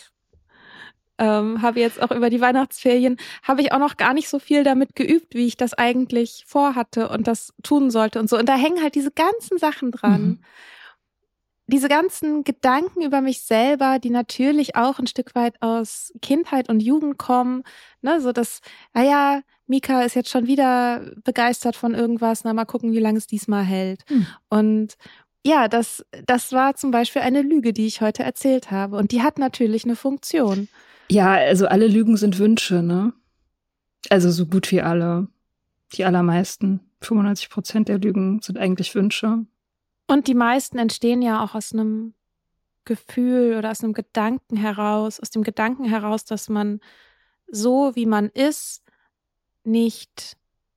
habe jetzt auch über die Weihnachtsferien, habe ich auch noch gar nicht so viel damit geübt, wie ich das eigentlich vorhatte und das tun sollte und so. Und da hängen halt diese ganzen Sachen dran. Diese ganzen Gedanken über mich selber, die natürlich auch ein Stück weit aus Kindheit und Jugend kommen, ne, so dass, Mika ist jetzt schon wieder begeistert von irgendwas, mal gucken, wie lange es diesmal hält. Und ja, das war zum Beispiel eine Lüge, die ich heute erzählt habe. Und die hat natürlich eine Funktion. Ja, also alle Lügen sind Wünsche, ne? Also so gut wie alle. Die allermeisten. 95% der Lügen sind eigentlich Wünsche. Und die meisten entstehen ja auch aus einem Gefühl oder aus einem Gedanken heraus, dass man so, wie man ist, nicht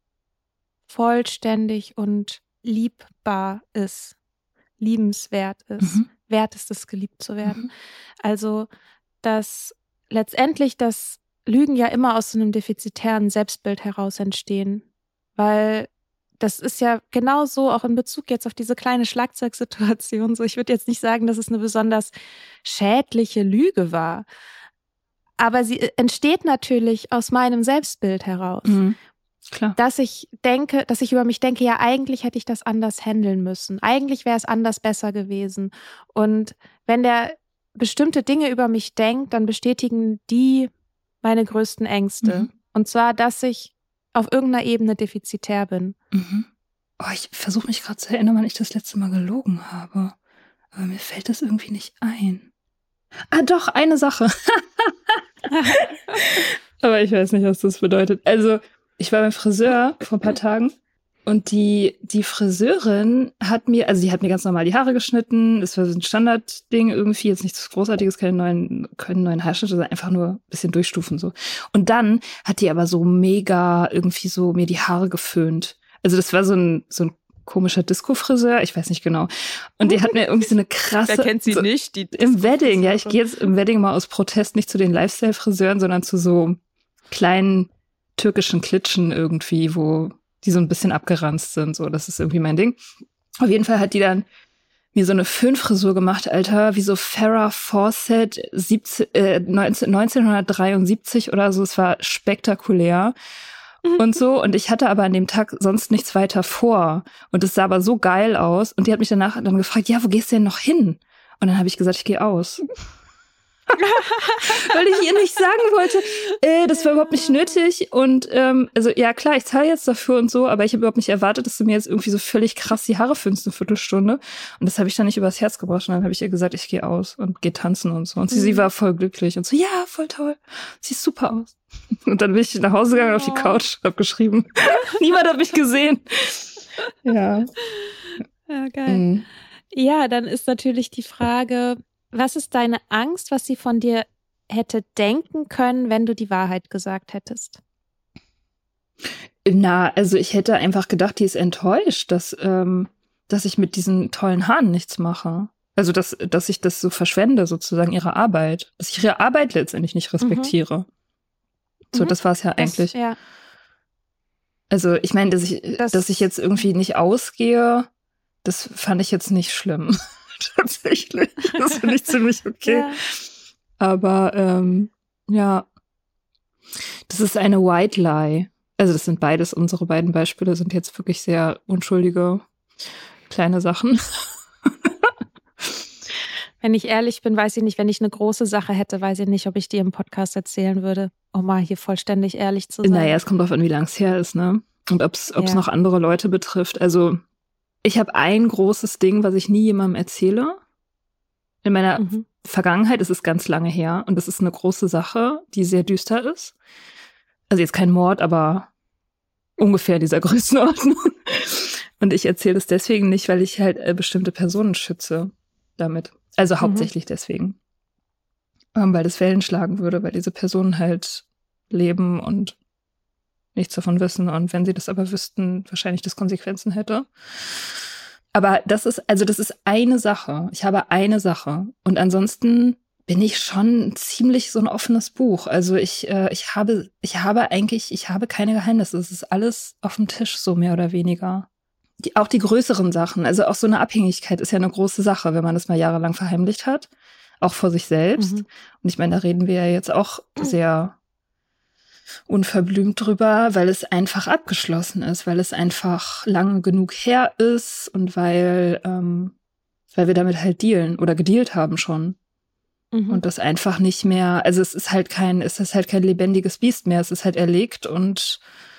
vollständig und liebbar ist, liebenswert ist, wert ist es, geliebt zu werden. Also, dass letztendlich das Lügen ja immer aus so einem defizitären Selbstbild heraus entstehen, weil das ist ja genauso auch in Bezug jetzt auf diese kleine Schlagzeugsituation so. Ich würde jetzt nicht sagen, dass es eine besonders schädliche Lüge war, aber sie entsteht natürlich aus meinem Selbstbild heraus. Klar. Dass ich über mich denke, ja, eigentlich hätte ich das anders handeln müssen. Eigentlich wäre es anders besser gewesen. Und wenn der bestimmte Dinge über mich denkt, dann bestätigen die meine größten Ängste. Und zwar, dass ich auf irgendeiner Ebene defizitär bin. Ich versuche mich gerade zu erinnern, wann ich das letzte Mal gelogen habe. Aber mir fällt das irgendwie nicht ein. Doch, eine Sache. Aber ich weiß nicht, was das bedeutet. Also, ich war beim Friseur vor ein paar Tagen und die Friseurin hat mir ganz normal die Haare geschnitten. Das war so ein Standardding irgendwie, jetzt nichts Großartiges, keinen neuen Haarschnitt, sondern einfach nur ein bisschen durchstufen so. Und dann hat die aber so mega irgendwie so mir die Haare geföhnt. Also das war so ein komischer Disco-Friseur, ich weiß nicht genau. Und die hat mir irgendwie so eine krasse... Wer kennt sie nicht? Die im Wedding, ja, ich gehe jetzt im Wedding mal aus Protest nicht zu den Lifestyle-Friseuren, sondern zu so kleinen türkischen Klitschen irgendwie, wo die so ein bisschen abgeranzt sind. So, das ist irgendwie mein Ding. Auf jeden Fall hat die dann mir so eine Föhnfrisur gemacht, Alter, wie so Farrah Fawcett 1973 oder so. Es war spektakulär. Und so. Und ich hatte aber an dem Tag sonst nichts weiter vor. Und es sah aber so geil aus. Und die hat mich danach dann gefragt, ja, wo gehst du denn noch hin? Und dann habe ich gesagt, ich gehe aus. Weil ich ihr nicht sagen wollte, das war überhaupt nicht nötig. Und also ja klar, ich zahle jetzt dafür und so, aber ich habe überhaupt nicht erwartet, dass du mir jetzt irgendwie so völlig krass die Haare föhnst, eine Viertelstunde. Und das habe ich dann nicht übers Herz gebracht. Und dann habe ich ihr gesagt, ich gehe aus und gehe tanzen und so. Und sie war voll glücklich und so, ja, voll toll. Siehst super aus. Und dann bin ich nach Hause gegangen auf die Couch, hab geschrieben. Niemand hat mich gesehen. Ja. Ja, geil. Ja, dann ist natürlich die Frage, was ist deine Angst, was sie von dir hätte denken können, wenn du die Wahrheit gesagt hättest? Na, also ich hätte einfach gedacht, die ist enttäuscht, dass ich mit diesen tollen Haaren nichts mache. Also dass ich das so verschwende, sozusagen ihre Arbeit. Dass ich ihre Arbeit letztendlich nicht respektiere. So, das war es ja eigentlich. Ja. Also ich meine, dass ich jetzt irgendwie nicht ausgehe, das fand ich jetzt nicht schlimm. Tatsächlich. Das finde ich ziemlich okay. Ja. Aber ja, das ist eine White Lie. Also das sind beides, unsere beiden Beispiele sind jetzt wirklich sehr unschuldige kleine Sachen. Wenn ich ehrlich bin, weiß ich nicht, wenn ich eine große Sache hätte, weiß ich nicht, ob ich die im Podcast erzählen würde, um mal hier vollständig ehrlich zu sein. Naja, es kommt drauf an, wie lang es her ist, ne? Und ob es noch andere Leute betrifft. Also ich habe ein großes Ding, was ich nie jemandem erzähle. In meiner Vergangenheit ist es ganz lange her und das ist eine große Sache, die sehr düster ist. Also jetzt kein Mord, aber ungefähr in dieser Größenordnung. Und ich erzähle das deswegen nicht, weil ich halt bestimmte Personen schütze damit. Also hauptsächlich deswegen. Weil das Wellen schlagen würde, weil diese Personen halt leben und nichts davon wissen. Und wenn sie das aber wüssten, wahrscheinlich das Konsequenzen hätte. Aber das ist eine Sache. Ich habe eine Sache. Und ansonsten bin ich schon ziemlich so ein offenes Buch. Also ich habe keine Geheimnisse. Es ist alles auf dem Tisch, so mehr oder weniger. Auch die größeren Sachen, also auch so eine Abhängigkeit ist ja eine große Sache, wenn man das mal jahrelang verheimlicht hat, auch vor sich selbst. Und ich meine, da reden wir ja jetzt auch sehr unverblümt drüber, weil es einfach abgeschlossen ist, weil es einfach lang genug her ist und weil wir damit halt dealen oder gedealt haben schon. Und das einfach nicht mehr, also es ist halt kein lebendiges Biest mehr, es ist halt erlegt und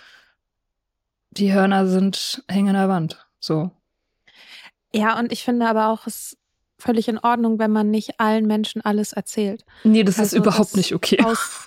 die Hörner hängen an der Wand, so. Ja, und ich finde aber auch, es ist völlig in Ordnung, wenn man nicht allen Menschen alles erzählt. Nee, das ist überhaupt nicht okay.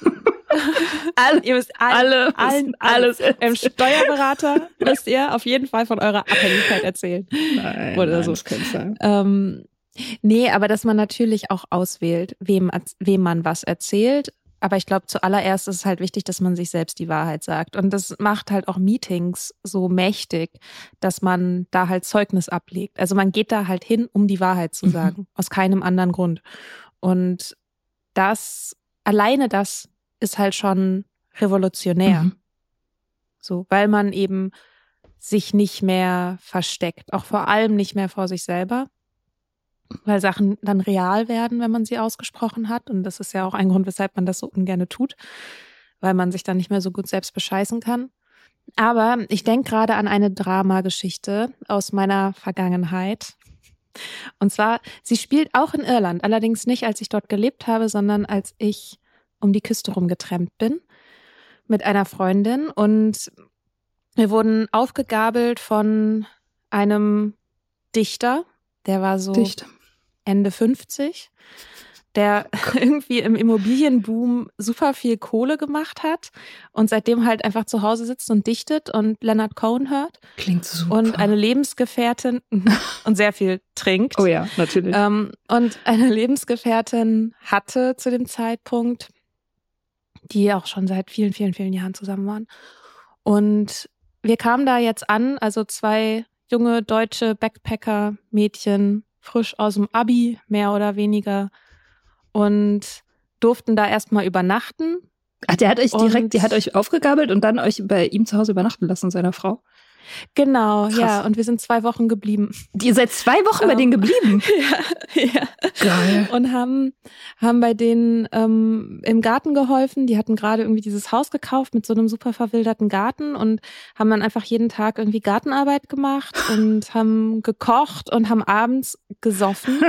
Ihr müsst alles. Im Steuerberater müsst ihr auf jeden Fall von eurer Abhängigkeit erzählen. Nein, so. Das kann sein. Nee, aber dass man natürlich auch auswählt, wem man was erzählt. Aber ich glaube, zuallererst ist es halt wichtig, dass man sich selbst die Wahrheit sagt. Und das macht halt auch Meetings so mächtig, dass man da halt Zeugnis ablegt. Also man geht da halt hin, um die Wahrheit zu sagen. Aus keinem anderen Grund. Und alleine das ist halt schon revolutionär. So, weil man eben sich nicht mehr versteckt. Auch vor allem nicht mehr vor sich selber. Weil Sachen dann real werden, wenn man sie ausgesprochen hat. Und das ist ja auch ein Grund, weshalb man das so ungern tut, weil man sich dann nicht mehr so gut selbst bescheißen kann. Aber ich denke gerade an eine Dramageschichte aus meiner Vergangenheit. Und zwar, sie spielt auch in Irland, allerdings nicht, als ich dort gelebt habe, sondern als ich um die Küste rumgetrampt bin mit einer Freundin. Und wir wurden aufgegabelt von einem Dichter, der war so Ende 50, der irgendwie im Immobilienboom super viel Kohle gemacht hat und seitdem halt einfach zu Hause sitzt und dichtet und Leonard Cohen hört. Klingt super. Und eine Lebensgefährtin und sehr viel trinkt. Oh ja, natürlich. Und eine Lebensgefährtin hatte zu dem Zeitpunkt, die auch schon seit vielen, vielen, vielen Jahren zusammen waren. Und wir kamen da jetzt an, also 2 junge deutsche Backpacker-Mädchen, frisch aus dem Abi, mehr oder weniger. Und durften da erstmal übernachten. Ach, der hat euch aufgegabelt und dann euch bei ihm zu Hause übernachten lassen, seiner Frau? Genau, Krass. ja. Und wir sind 2 Wochen geblieben. Ihr seid 2 Wochen bei denen geblieben? Ja. Geil. Und haben bei denen im Garten geholfen. Die hatten gerade irgendwie dieses Haus gekauft mit so einem super verwilderten Garten und haben dann einfach jeden Tag irgendwie Gartenarbeit gemacht und haben gekocht und haben abends gesoffen.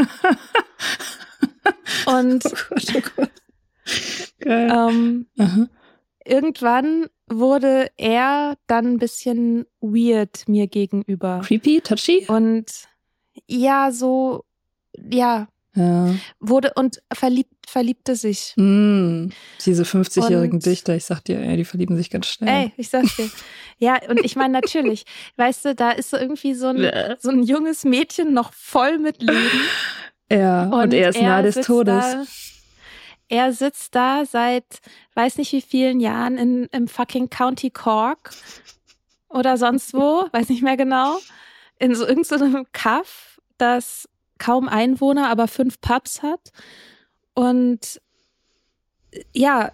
Und oh Gott. Geil. Irgendwann wurde er dann ein bisschen weird mir gegenüber. Creepy, touchy? Und ja, so, ja. Wurde und verliebte sich. Diese 50-jährigen Und, Dichter, ich sag dir, die verlieben sich ganz schnell. Ey, ich sag's dir. Ja, und ich meine natürlich, weißt du, da ist so irgendwie so ein junges Mädchen noch voll mit Leben. Ja, und er ist nahe des Todes. Er sitzt da seit weiß nicht wie vielen Jahren im fucking County Cork oder sonst wo, weiß nicht mehr genau, in so irgendeinem Kaff, das kaum Einwohner, aber 5 Pubs hat. Und ja,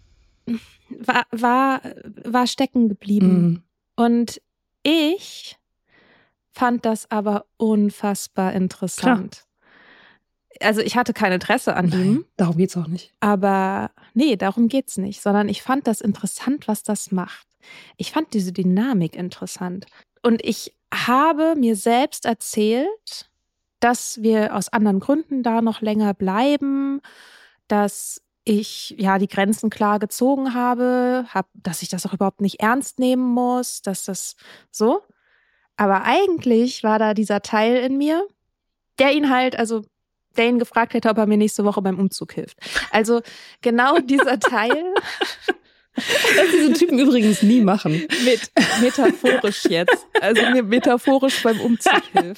war stecken geblieben. Und ich fand das aber unfassbar interessant. Klar. Also ich hatte kein Interesse an ihm. Darum geht's auch nicht. Aber nee, darum geht's nicht. Sondern ich fand das interessant, was das macht. Ich fand diese Dynamik interessant. Und ich habe mir selbst erzählt, dass wir aus anderen Gründen da noch länger bleiben, dass ich ja die Grenzen klar gezogen habe, dass ich das auch überhaupt nicht ernst nehmen muss, dass das so. Aber eigentlich war da dieser Teil in mir, der ihn gefragt hätte, ob er mir nächste Woche beim Umzug hilft. Also genau dieser Teil. Was diese Typen übrigens nie machen. Metaphorisch jetzt. Also mir metaphorisch beim Umzug hilft.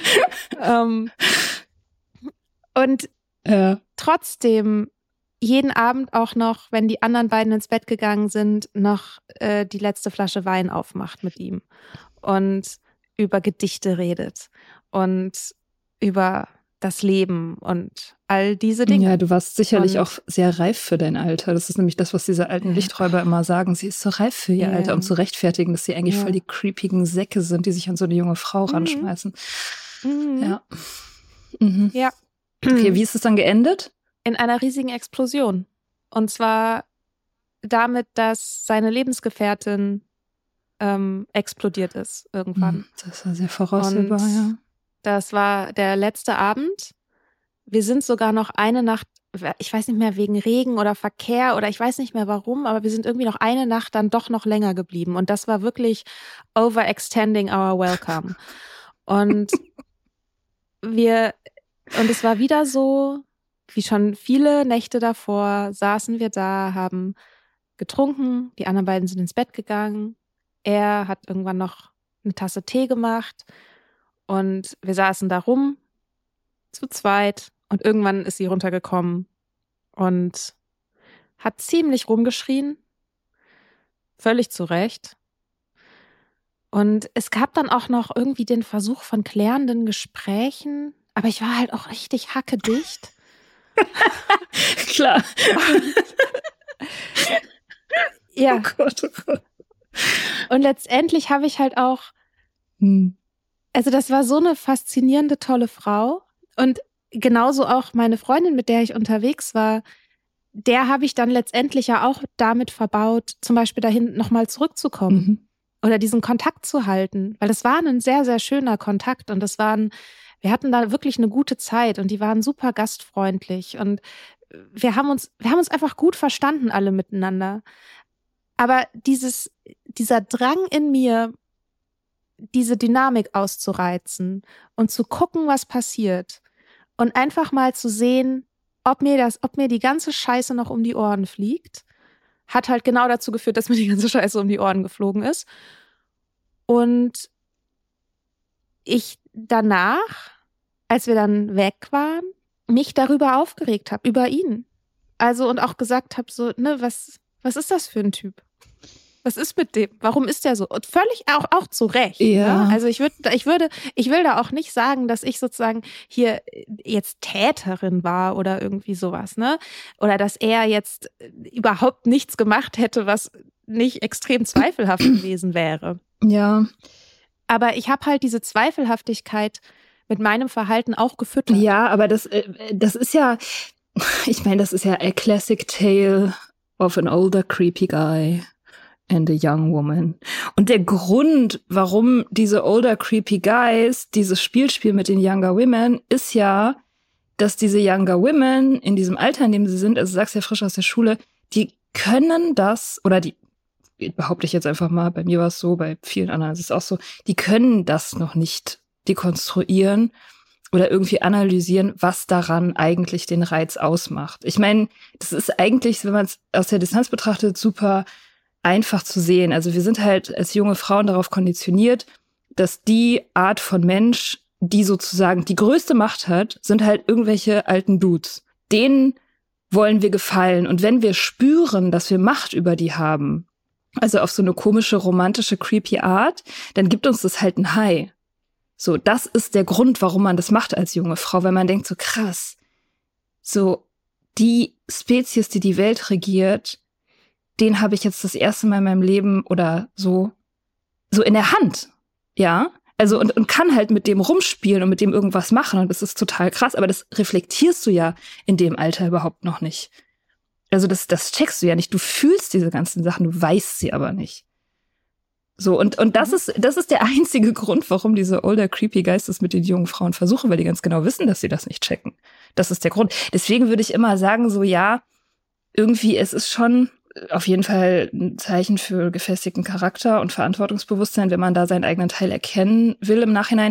Und trotzdem jeden Abend auch noch, wenn die anderen beiden ins Bett gegangen sind, noch die letzte Flasche Wein aufmacht mit ihm. Und über Gedichte redet. Und über das Leben und all diese Dinge. Ja, du warst sicherlich auch sehr reif für dein Alter. Das ist nämlich das, was diese alten Lichträuber immer sagen. Sie ist so reif für ihr Alter, um zu rechtfertigen, dass sie eigentlich voll die creepigen Säcke sind, die sich an so eine junge Frau ranschmeißen. Ja. Ja. Okay, wie ist es dann geendet? In einer riesigen Explosion. Und zwar damit, dass seine Lebensgefährtin explodiert ist irgendwann. Das war sehr voraussehbar, ja. Das war der letzte Abend. Wir sind sogar noch eine Nacht, ich weiß nicht mehr, wegen Regen oder Verkehr oder ich weiß nicht mehr warum, aber wir sind irgendwie noch eine Nacht dann doch noch länger geblieben. Und das war wirklich overextending our welcome. Und es war wieder so, wie schon viele Nächte davor, saßen wir da, haben getrunken, die anderen beiden sind ins Bett gegangen. Er hat irgendwann noch eine Tasse Tee gemacht. Und wir saßen da rum, zu zweit. Und irgendwann ist sie runtergekommen und hat ziemlich rumgeschrien. Völlig zu Recht. Und es gab dann auch noch irgendwie den Versuch von klärenden Gesprächen. Aber ich war halt auch richtig hackedicht. Klar. Ja. Oh Gott, oh Gott. Und letztendlich habe ich halt auch also das war so eine faszinierende, tolle Frau. Und genauso auch meine Freundin, mit der ich unterwegs war, der habe ich dann letztendlich ja auch damit verbaut, zum Beispiel dahin nochmal zurückzukommen oder diesen Kontakt zu halten. Weil das war ein sehr, sehr schöner Kontakt und wir hatten da wirklich eine gute Zeit und die waren super gastfreundlich und wir haben uns einfach gut verstanden alle miteinander. Aber dieser Drang in mir, diese Dynamik auszureizen und zu gucken, was passiert und einfach mal zu sehen, ob mir die ganze Scheiße noch um die Ohren fliegt, hat halt genau dazu geführt, dass mir die ganze Scheiße um die Ohren geflogen ist. Und ich danach, als wir dann weg waren, mich darüber aufgeregt habe, über ihn. Also und auch gesagt habe, so, ne, was ist das für ein Typ? Was ist mit dem? Warum ist der so? Und völlig auch zu Recht. Ja. Ne? Also ich will da auch nicht sagen, dass ich sozusagen hier jetzt Täterin war oder irgendwie sowas, ne? Oder dass er jetzt überhaupt nichts gemacht hätte, was nicht extrem zweifelhaft gewesen wäre. Ja. Aber ich habe halt diese Zweifelhaftigkeit mit meinem Verhalten auch gefüttert. Ja, aber das ist ja, ich meine, das ist ja a classic tale of an older creepy guy and a young woman. Und der Grund, warum diese older creepy guys dieses Spiel spielen mit den younger women, ist ja, dass diese younger women in diesem Alter, in dem sie sind, also sagst ja frisch aus der Schule, die können das, oder die, behaupte ich jetzt einfach mal, bei mir war es so, bei vielen anderen ist es auch so, die können das noch nicht dekonstruieren oder irgendwie analysieren, was daran eigentlich den Reiz ausmacht. Ich meine, das ist eigentlich, wenn man es aus der Distanz betrachtet, super einfach zu sehen. Also wir sind halt als junge Frauen darauf konditioniert, dass die Art von Mensch, die sozusagen die größte Macht hat, sind halt irgendwelche alten Dudes. Denen wollen wir gefallen. Und wenn wir spüren, dass wir Macht über die haben, also auf so eine komische, romantische, creepy Art, dann gibt uns das halt ein High. So, das ist der Grund, warum man das macht als junge Frau, weil man denkt so krass, so die Spezies, die die Welt regiert, den habe ich jetzt das erste Mal in meinem Leben oder so in der Hand, ja, also und kann halt mit dem rumspielen und mit dem irgendwas machen und das ist total krass, aber das reflektierst du ja in dem Alter überhaupt noch nicht. Also das checkst du ja nicht, du fühlst diese ganzen Sachen, du weißt sie aber nicht. So, und das ist der einzige Grund, warum diese older creepy Guys das mit den jungen Frauen versuchen, weil die ganz genau wissen, dass sie das nicht checken. Das ist der Grund. Deswegen würde ich immer sagen, so ja, irgendwie, es ist schon auf jeden Fall ein Zeichen für gefestigten Charakter und Verantwortungsbewusstsein, wenn man da seinen eigenen Teil erkennen will im Nachhinein.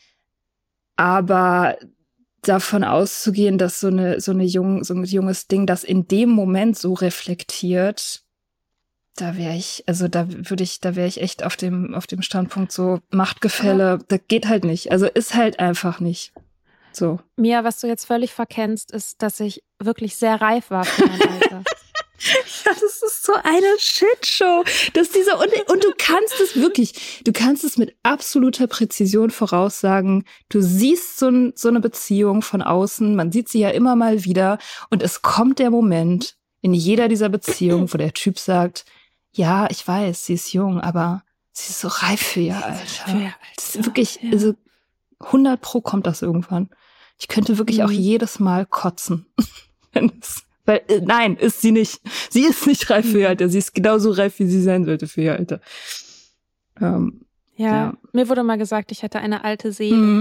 Aber davon auszugehen, dass so ein junges Ding das in dem Moment so reflektiert, da wäre ich echt auf dem Standpunkt so Machtgefälle, das geht halt nicht. Also ist halt einfach nicht so. Mia, was du jetzt völlig verkennst, ist, dass ich wirklich sehr reif war für mein Alter. Ja, das ist so eine Shitshow. Und du kannst es wirklich, du kannst es mit absoluter Präzision voraussagen. Du siehst so eine Beziehung von außen, man sieht sie ja immer mal wieder und es kommt der Moment in jeder dieser Beziehungen, wo der Typ sagt, ja, ich weiß, sie ist jung, aber sie ist so reif für ihr Alter. Das ist wirklich, also 100% kommt das irgendwann. Ich könnte wirklich auch jedes Mal kotzen. Weil, nein, ist sie nicht. Sie ist nicht reif für ihr Alter. Sie ist genauso reif, wie sie sein sollte für ihr Alter. Ja, mir wurde mal gesagt, ich hätte eine alte Seele.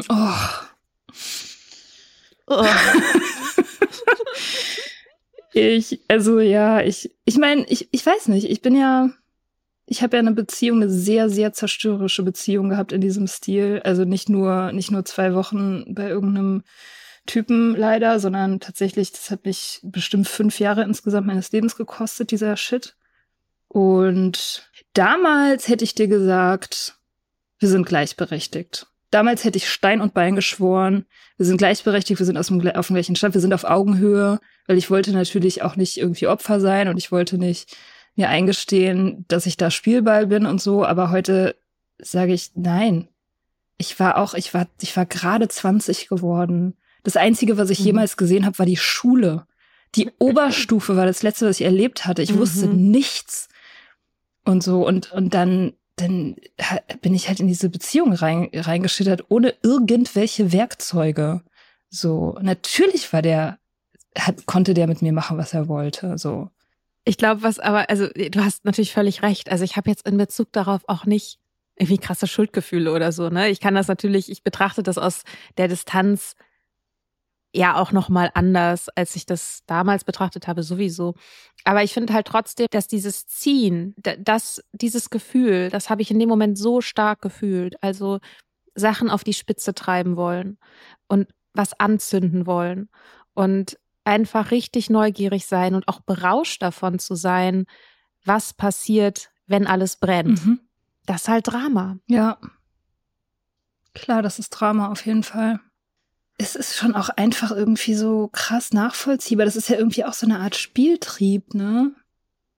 Ich meine, ich weiß nicht, ich habe ja eine sehr, sehr zerstörerische Beziehung gehabt in diesem Stil. Also nicht nur 2 Wochen bei irgendeinem Typen leider, sondern tatsächlich, das hat mich bestimmt 5 Jahre insgesamt meines Lebens gekostet, dieser Shit. Und damals hätte ich dir gesagt, wir sind gleichberechtigt. Damals hätte ich Stein und Bein geschworen, wir sind gleichberechtigt, wir sind auf dem gleichen Stand, wir sind auf Augenhöhe, weil ich wollte natürlich auch nicht irgendwie Opfer sein und ich wollte nicht mir eingestehen, dass ich da Spielball bin und so, aber heute sage ich, nein. Ich war gerade 20 geworden. Das Einzige, was ich jemals gesehen habe, war die Schule. Die Oberstufe war das Letzte, was ich erlebt hatte. Ich wusste nichts. Und so, und dann bin ich halt in diese Beziehung reingeschlittert, ohne irgendwelche Werkzeuge. So, natürlich konnte der mit mir machen, was er wollte, so. Ich glaube, du hast natürlich völlig recht. Also ich habe jetzt in Bezug darauf auch nicht irgendwie krasse Schuldgefühle oder so, ne? Ich betrachte das aus der Distanz ja auch nochmal anders, als ich das damals betrachtet habe, sowieso. Aber ich finde halt trotzdem, dass dieses Ziehen, dieses Gefühl, das habe ich in dem Moment so stark gefühlt. Also Sachen auf die Spitze treiben wollen und was anzünden wollen und einfach richtig neugierig sein und auch berauscht davon zu sein, was passiert, wenn alles brennt. Das ist halt Drama. Ja. Klar, das ist Drama auf jeden Fall. Es ist schon auch einfach irgendwie so krass nachvollziehbar. Das ist ja irgendwie auch so eine Art Spieltrieb, ne?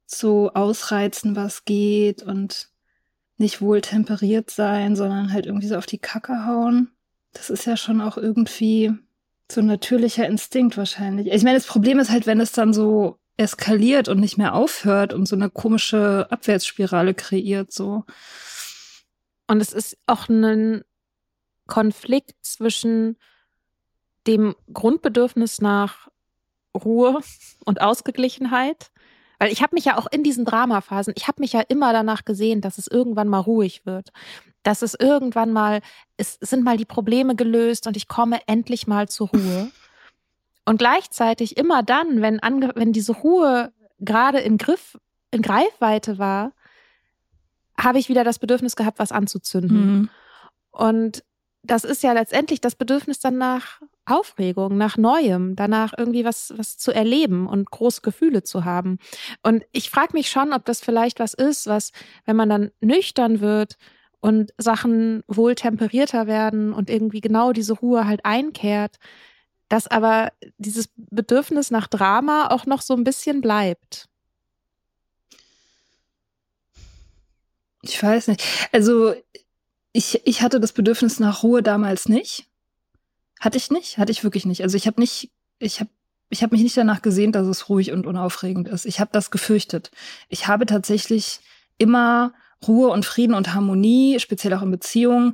so ausreizen, was geht und nicht wohl temperiert sein, sondern halt irgendwie so auf die Kacke hauen. Das ist ja schon auch irgendwie so ein natürlicher Instinkt wahrscheinlich. Ich meine, das Problem ist halt, wenn es dann so eskaliert und nicht mehr aufhört und so eine komische Abwärtsspirale kreiert, so. Und es ist auch ein Konflikt zwischen dem Grundbedürfnis nach Ruhe und Ausgeglichenheit. Weil ich habe mich ja auch in diesen Dramaphasen, ich habe mich ja immer danach gesehen, dass es irgendwann mal ruhig wird. Dass es irgendwann mal, es sind mal die Probleme gelöst und ich komme endlich mal zur Ruhe. Und gleichzeitig immer dann, wenn diese Ruhe gerade in Greifweite war, habe ich wieder das Bedürfnis gehabt, was anzuzünden. Mhm. Und das ist ja letztendlich das Bedürfnis dann nach Aufregung, nach Neuem, danach irgendwie was zu erleben und große Gefühle zu haben. Und ich frage mich schon, ob das vielleicht was ist, was, wenn man dann nüchtern wird und Sachen wohl temperierter werden und irgendwie genau diese Ruhe halt einkehrt, dass aber dieses Bedürfnis nach Drama auch noch so ein bisschen bleibt. Ich weiß nicht. Also ich hatte das Bedürfnis nach Ruhe damals nicht. Hatte ich wirklich nicht. Also ich habe mich nicht danach gesehnt, dass es ruhig und unaufregend ist. Ich habe das gefürchtet. Ich habe tatsächlich immer Ruhe und Frieden und Harmonie, speziell auch in Beziehungen,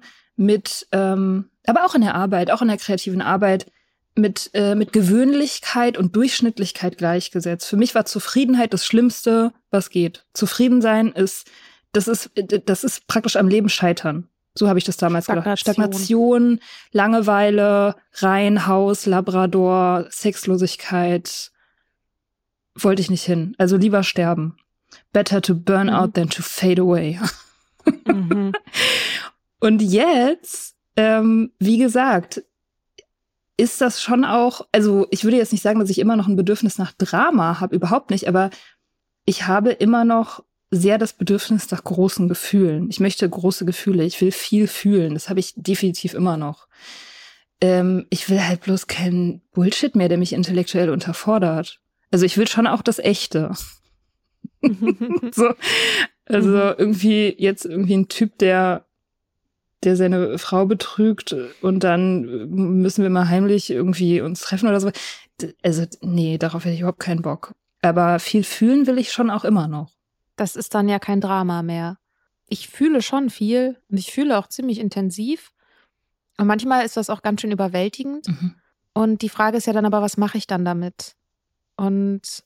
aber auch in der Arbeit, auch in der kreativen Arbeit, mit Gewöhnlichkeit und Durchschnittlichkeit gleichgesetzt. Für mich war Zufriedenheit das Schlimmste, was geht. Zufrieden sein das ist praktisch am Leben scheitern. So habe ich das damals gedacht. Stagnation, Langeweile, Reihenhaus, Labrador, Sexlosigkeit. Wollte ich nicht hin. Also lieber sterben. Better to burn out than to fade away. Mhm. Und jetzt, wie gesagt, ist das schon auch, also ich würde jetzt nicht sagen, dass ich immer noch ein Bedürfnis nach Drama habe, überhaupt nicht, aber ich habe immer noch sehr das Bedürfnis nach großen Gefühlen. Ich möchte große Gefühle, ich will viel fühlen, das habe ich definitiv immer noch. Ich will halt bloß keinen Bullshit mehr, der mich intellektuell unterfordert. Also ich will schon auch das Echte. So, also irgendwie ein Typ, der seine Frau betrügt und dann müssen wir mal heimlich irgendwie uns treffen oder so. Also nee, darauf hätte ich überhaupt keinen Bock. Aber viel fühlen will ich schon auch immer noch. Das ist dann ja kein Drama mehr. Ich fühle schon viel und ich fühle auch ziemlich intensiv. Und manchmal ist das auch ganz schön überwältigend. Mhm. Und die Frage ist ja dann aber, was mache ich dann damit? Und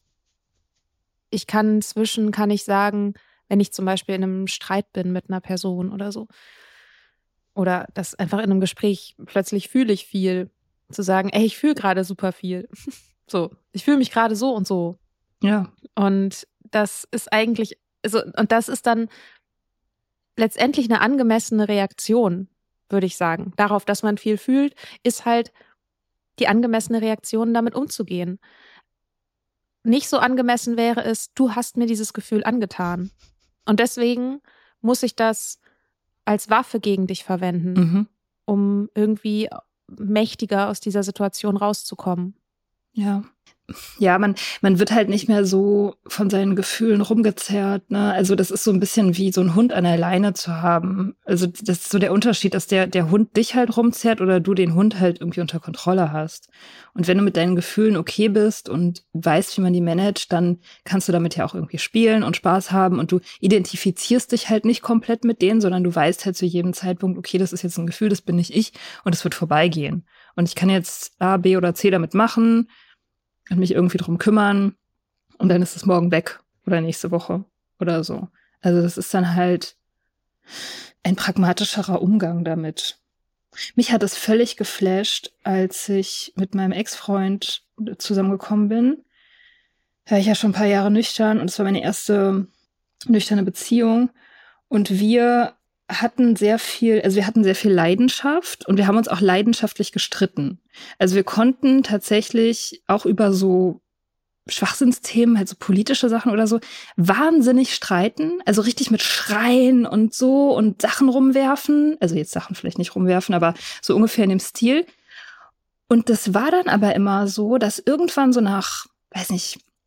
kann ich sagen, wenn ich zum Beispiel in einem Streit bin mit einer Person oder so, oder das einfach in einem Gespräch plötzlich fühle ich viel, zu sagen, ey, ich fühle gerade super viel. So, ich fühle mich gerade so und so. Ja. Und das ist eigentlich, und das ist dann letztendlich eine angemessene Reaktion, würde ich sagen. Darauf, dass man viel fühlt, ist halt die angemessene Reaktion, damit umzugehen. Nicht so angemessen wäre es, du hast mir dieses Gefühl angetan. Und deswegen muss ich das als Waffe gegen dich verwenden, um irgendwie mächtiger aus dieser Situation rauszukommen. Ja. Ja, man wird halt nicht mehr so von seinen Gefühlen rumgezerrt, ne? Also das ist so ein bisschen wie so ein Hund an der Leine zu haben. Also das ist so der Unterschied, dass der Hund dich halt rumzerrt oder du den Hund halt irgendwie unter Kontrolle hast. Und wenn du mit deinen Gefühlen okay bist und weißt, wie man die managt, dann kannst du damit ja auch irgendwie spielen und Spaß haben und du identifizierst dich halt nicht komplett mit denen, sondern du weißt halt zu jedem Zeitpunkt, okay, das ist jetzt ein Gefühl, das bin nicht ich und es wird vorbeigehen. Und ich kann jetzt A, B oder C damit machen und mich irgendwie drum kümmern und dann ist es morgen weg oder nächste Woche oder so. Also das ist dann halt ein pragmatischerer Umgang damit. Mich hat es völlig geflasht, als ich mit meinem Ex-Freund zusammengekommen bin. Da war ich ja schon ein paar Jahre nüchtern und es war meine erste nüchterne Beziehung und wir hatten sehr viel Leidenschaft und wir haben uns auch leidenschaftlich gestritten. Also wir konnten tatsächlich auch über so Schwachsinnsthemen, halt so politische Sachen oder so, wahnsinnig streiten. Also richtig mit Schreien und so und Sachen rumwerfen. Also jetzt Sachen vielleicht nicht rumwerfen, aber so ungefähr in dem Stil. Und das war dann aber immer so, dass irgendwann so nach, weiß nicht,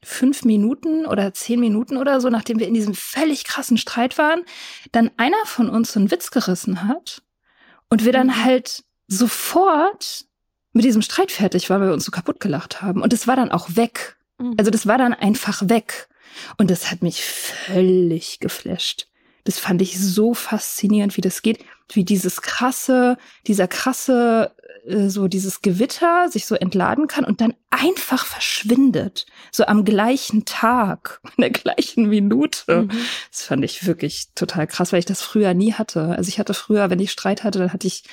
5 Minuten oder 10 Minuten oder so, nachdem wir in diesem völlig krassen Streit waren, dann einer von uns so einen Witz gerissen hat und wir dann halt sofort mit diesem Streit fertig waren, weil wir uns so kaputt gelacht haben. Und es war dann auch weg. Also das war dann einfach weg. Und das hat mich völlig geflasht. Das fand ich so faszinierend, wie das geht, wie dieses dieses Gewitter sich so entladen kann und dann einfach verschwindet. So am gleichen Tag, in der gleichen Minute. Das fand ich wirklich total krass, weil ich das früher nie hatte. Also ich hatte früher, wenn ich Streit hatte, dann hatte ich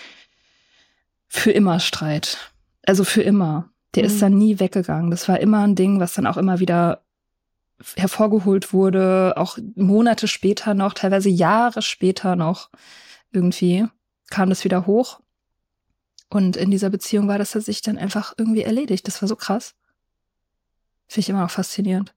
für immer Streit. Also für immer. Der ist dann nie weggegangen. Das war immer ein Ding, was dann auch immer wieder hervorgeholt wurde, auch Monate später noch, teilweise Jahre später noch. Irgendwie kam das wieder hoch. Und in dieser Beziehung war das tatsächlich dann einfach irgendwie erledigt. Das war so krass. Finde ich immer noch faszinierend.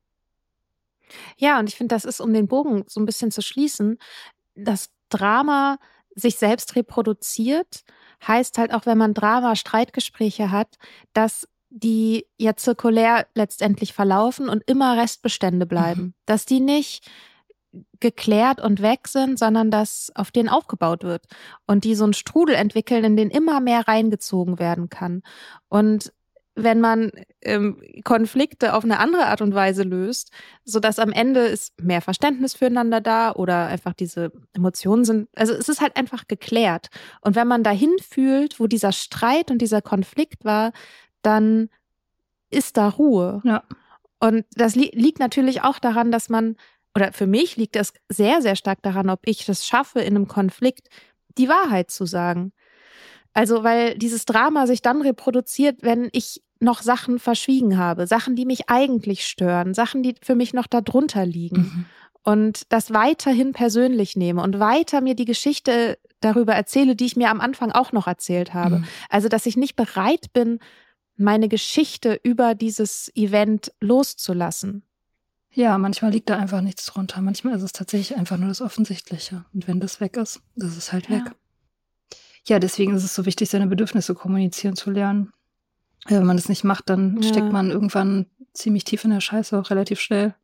Ja, und ich finde, das ist, um den Bogen so ein bisschen zu schließen, das Drama sich selbst reproduziert, heißt halt auch, wenn man Drama-Streitgespräche hat, dass die ja zirkulär letztendlich verlaufen und immer Restbestände bleiben. Dass die nicht geklärt und weg sind, sondern dass auf denen aufgebaut wird. Und die so einen Strudel entwickeln, in den immer mehr reingezogen werden kann. Und wenn man Konflikte auf eine andere Art und Weise löst, sodass am Ende ist mehr Verständnis füreinander da oder einfach diese Emotionen sind, also es ist halt einfach geklärt. Und wenn man dahin fühlt, wo dieser Streit und dieser Konflikt war, dann ist da Ruhe. Ja. Und das liegt natürlich auch daran, dass man, oder für mich liegt es sehr, sehr stark daran, ob ich das schaffe, in einem Konflikt die Wahrheit zu sagen. Also, weil dieses Drama sich dann reproduziert, wenn ich noch Sachen verschwiegen habe, Sachen, die mich eigentlich stören, Sachen, die für mich noch da drunter liegen. Und das weiterhin persönlich nehme und weiter mir die Geschichte darüber erzähle, die ich mir am Anfang auch noch erzählt habe. Also, dass ich nicht bereit bin, meine Geschichte über dieses Event loszulassen. Ja, manchmal liegt da einfach nichts drunter. Manchmal ist es tatsächlich einfach nur das Offensichtliche. Und wenn das weg ist, ist es halt weg. Ja, deswegen ist es so wichtig, seine Bedürfnisse kommunizieren zu lernen. Wenn man das nicht macht, dann steckt man irgendwann ziemlich tief in der Scheiße, auch relativ schnell.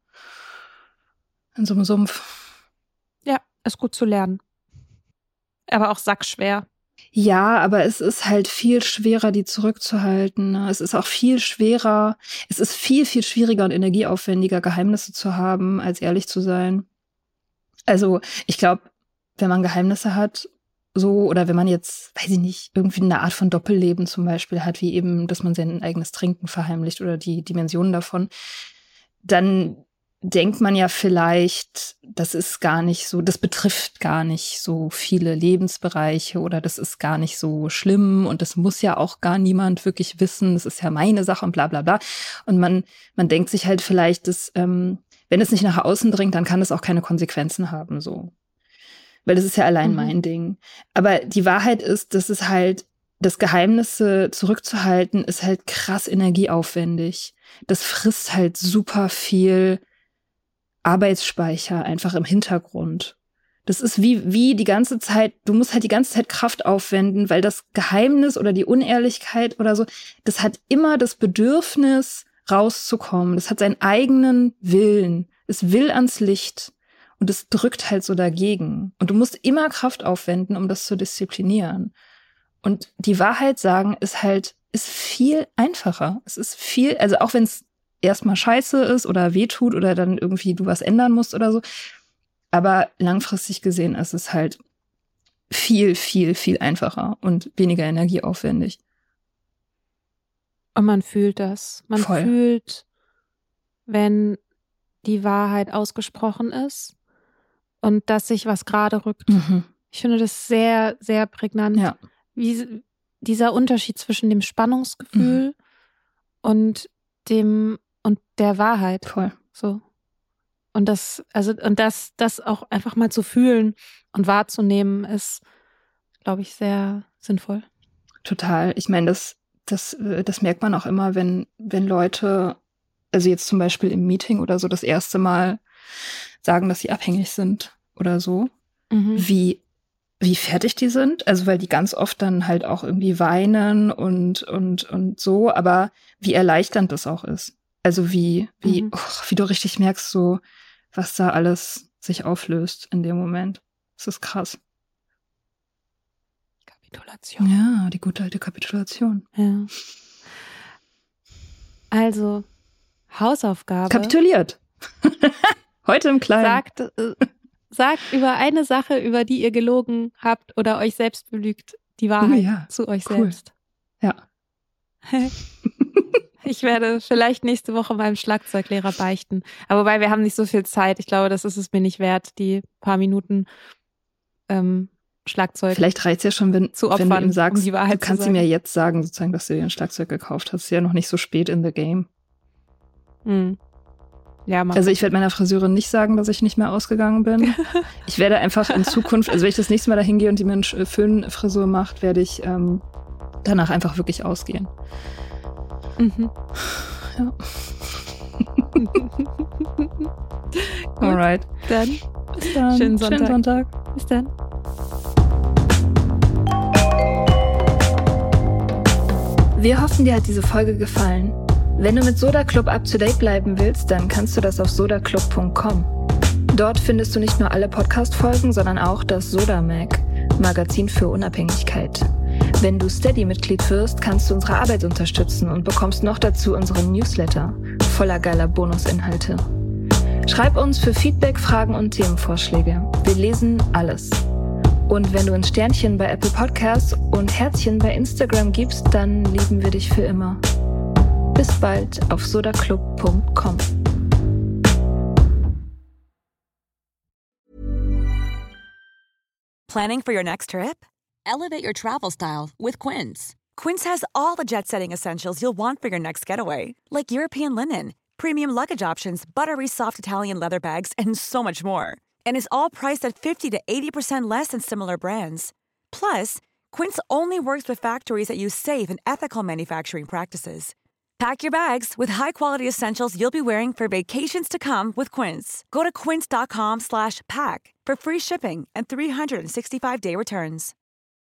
In so einem Sumpf. Ja, ist gut zu lernen. Aber auch sackschwer. Ja, aber es ist halt viel schwerer, die zurückzuhalten. Ne? Es ist auch viel schwerer, es ist viel, viel schwieriger und energieaufwendiger, Geheimnisse zu haben, als ehrlich zu sein. Also ich glaube, wenn man Geheimnisse hat, so, oder wenn man jetzt, weiß ich nicht, irgendwie eine Art von Doppelleben zum Beispiel hat, wie eben, dass man sein eigenes Trinken verheimlicht oder die Dimensionen davon, dann denkt man ja vielleicht, das ist gar nicht so, das betrifft gar nicht so viele Lebensbereiche oder das ist gar nicht so schlimm und das muss ja auch gar niemand wirklich wissen, das ist ja meine Sache und bla bla bla. Und man denkt sich halt vielleicht, dass, wenn es nicht nach außen dringt, dann kann es auch keine Konsequenzen haben, so. Weil das ist ja allein mein Ding. Aber die Wahrheit ist, dass es halt, das Geheimnisse zurückzuhalten, ist halt krass energieaufwendig. Das frisst halt super viel Arbeitsspeicher einfach im Hintergrund. Das ist wie die ganze Zeit, du musst halt die ganze Zeit Kraft aufwenden, weil das Geheimnis oder die Unehrlichkeit oder so, das hat immer das Bedürfnis, rauszukommen. Das hat seinen eigenen Willen. Es will ans Licht. Und es drückt halt so dagegen. Und du musst immer Kraft aufwenden, um das zu disziplinieren. Und die Wahrheit sagen ist viel einfacher. Es ist viel, also auch wenn es erstmal scheiße ist oder wehtut oder dann irgendwie du was ändern musst oder so. Aber langfristig gesehen ist es halt viel, viel, viel einfacher und weniger energieaufwendig. Und man fühlt das. Man fühlt, wenn die Wahrheit ausgesprochen ist und dass sich was gerade rückt. Ich finde das sehr, sehr prägnant. Ja. Wie dieser Unterschied zwischen dem Spannungsgefühl und der Wahrheit. Voll. So. Und das auch einfach mal zu fühlen und wahrzunehmen, ist, glaube ich, sehr sinnvoll. Total. Ich meine, das merkt man auch immer, wenn Leute, also jetzt zum Beispiel im Meeting oder so, das erste Mal sagen, dass sie abhängig sind oder so, wie fertig die sind. Also weil die ganz oft dann halt auch irgendwie weinen und so, aber wie erleichternd das auch ist. Also wie du richtig merkst, so was da alles sich auflöst in dem Moment. Das ist krass. Kapitulation. Ja, die gute alte Kapitulation. Ja. Also, Hausaufgabe. Kapituliert. Heute im Kleinen. Sagt über eine Sache, über die ihr gelogen habt oder euch selbst belügt, die Wahrheit zu euch selbst. Ja. Ich werde vielleicht nächste Woche meinem Schlagzeuglehrer beichten. Aber wobei, wir haben nicht so viel Zeit. Ich glaube, das ist es mir nicht wert, die paar Minuten Schlagzeug Vielleicht reicht es ja schon, wenn du ihm sagst, die Wahrheit du kannst ihm ja jetzt sagen, sozusagen, dass du dir ein Schlagzeug gekauft hast. Ist ja noch nicht so spät in the game. Ja, also ich werde meiner Friseurin nicht sagen, dass ich nicht mehr ausgegangen bin. Ich werde einfach in Zukunft, also wenn ich das nächste Mal da hingehe und die mir eine Föhnfrisur macht, werde ich danach einfach wirklich ausgehen. Ja. Alright. Dann. Bis dann. Schönen Sonntag. Bis dann. Wir hoffen, dir hat diese Folge gefallen. Wenn du mit Soda Club up to date bleiben willst, dann kannst du das auf sodaclub.com. Dort findest du nicht nur alle Podcast-Folgen, sondern auch das Soda Mag, Magazin für Unabhängigkeit. Wenn du Steady-Mitglied wirst, kannst du unsere Arbeit unterstützen und bekommst noch dazu unseren Newsletter voller geiler Bonusinhalte. Schreib uns für Feedback, Fragen und Themenvorschläge. Wir lesen alles. Und wenn du uns Sternchen bei Apple Podcasts und Herzchen bei Instagram gibst, dann lieben wir dich für immer. Bis bald auf sodaclub.com. Planning for your next trip? Elevate your travel style with Quince. Quince has all the jet-setting essentials you'll want for your next getaway, like European linen, premium luggage options, buttery soft Italian leather bags, and so much more. And is all priced at 50 to 80% less than similar brands. Plus, Quince only works with factories that use safe and ethical manufacturing practices. Pack your bags with high-quality essentials you'll be wearing for vacations to come with Quince. Go to quince.com/pack for free shipping and 365-day returns.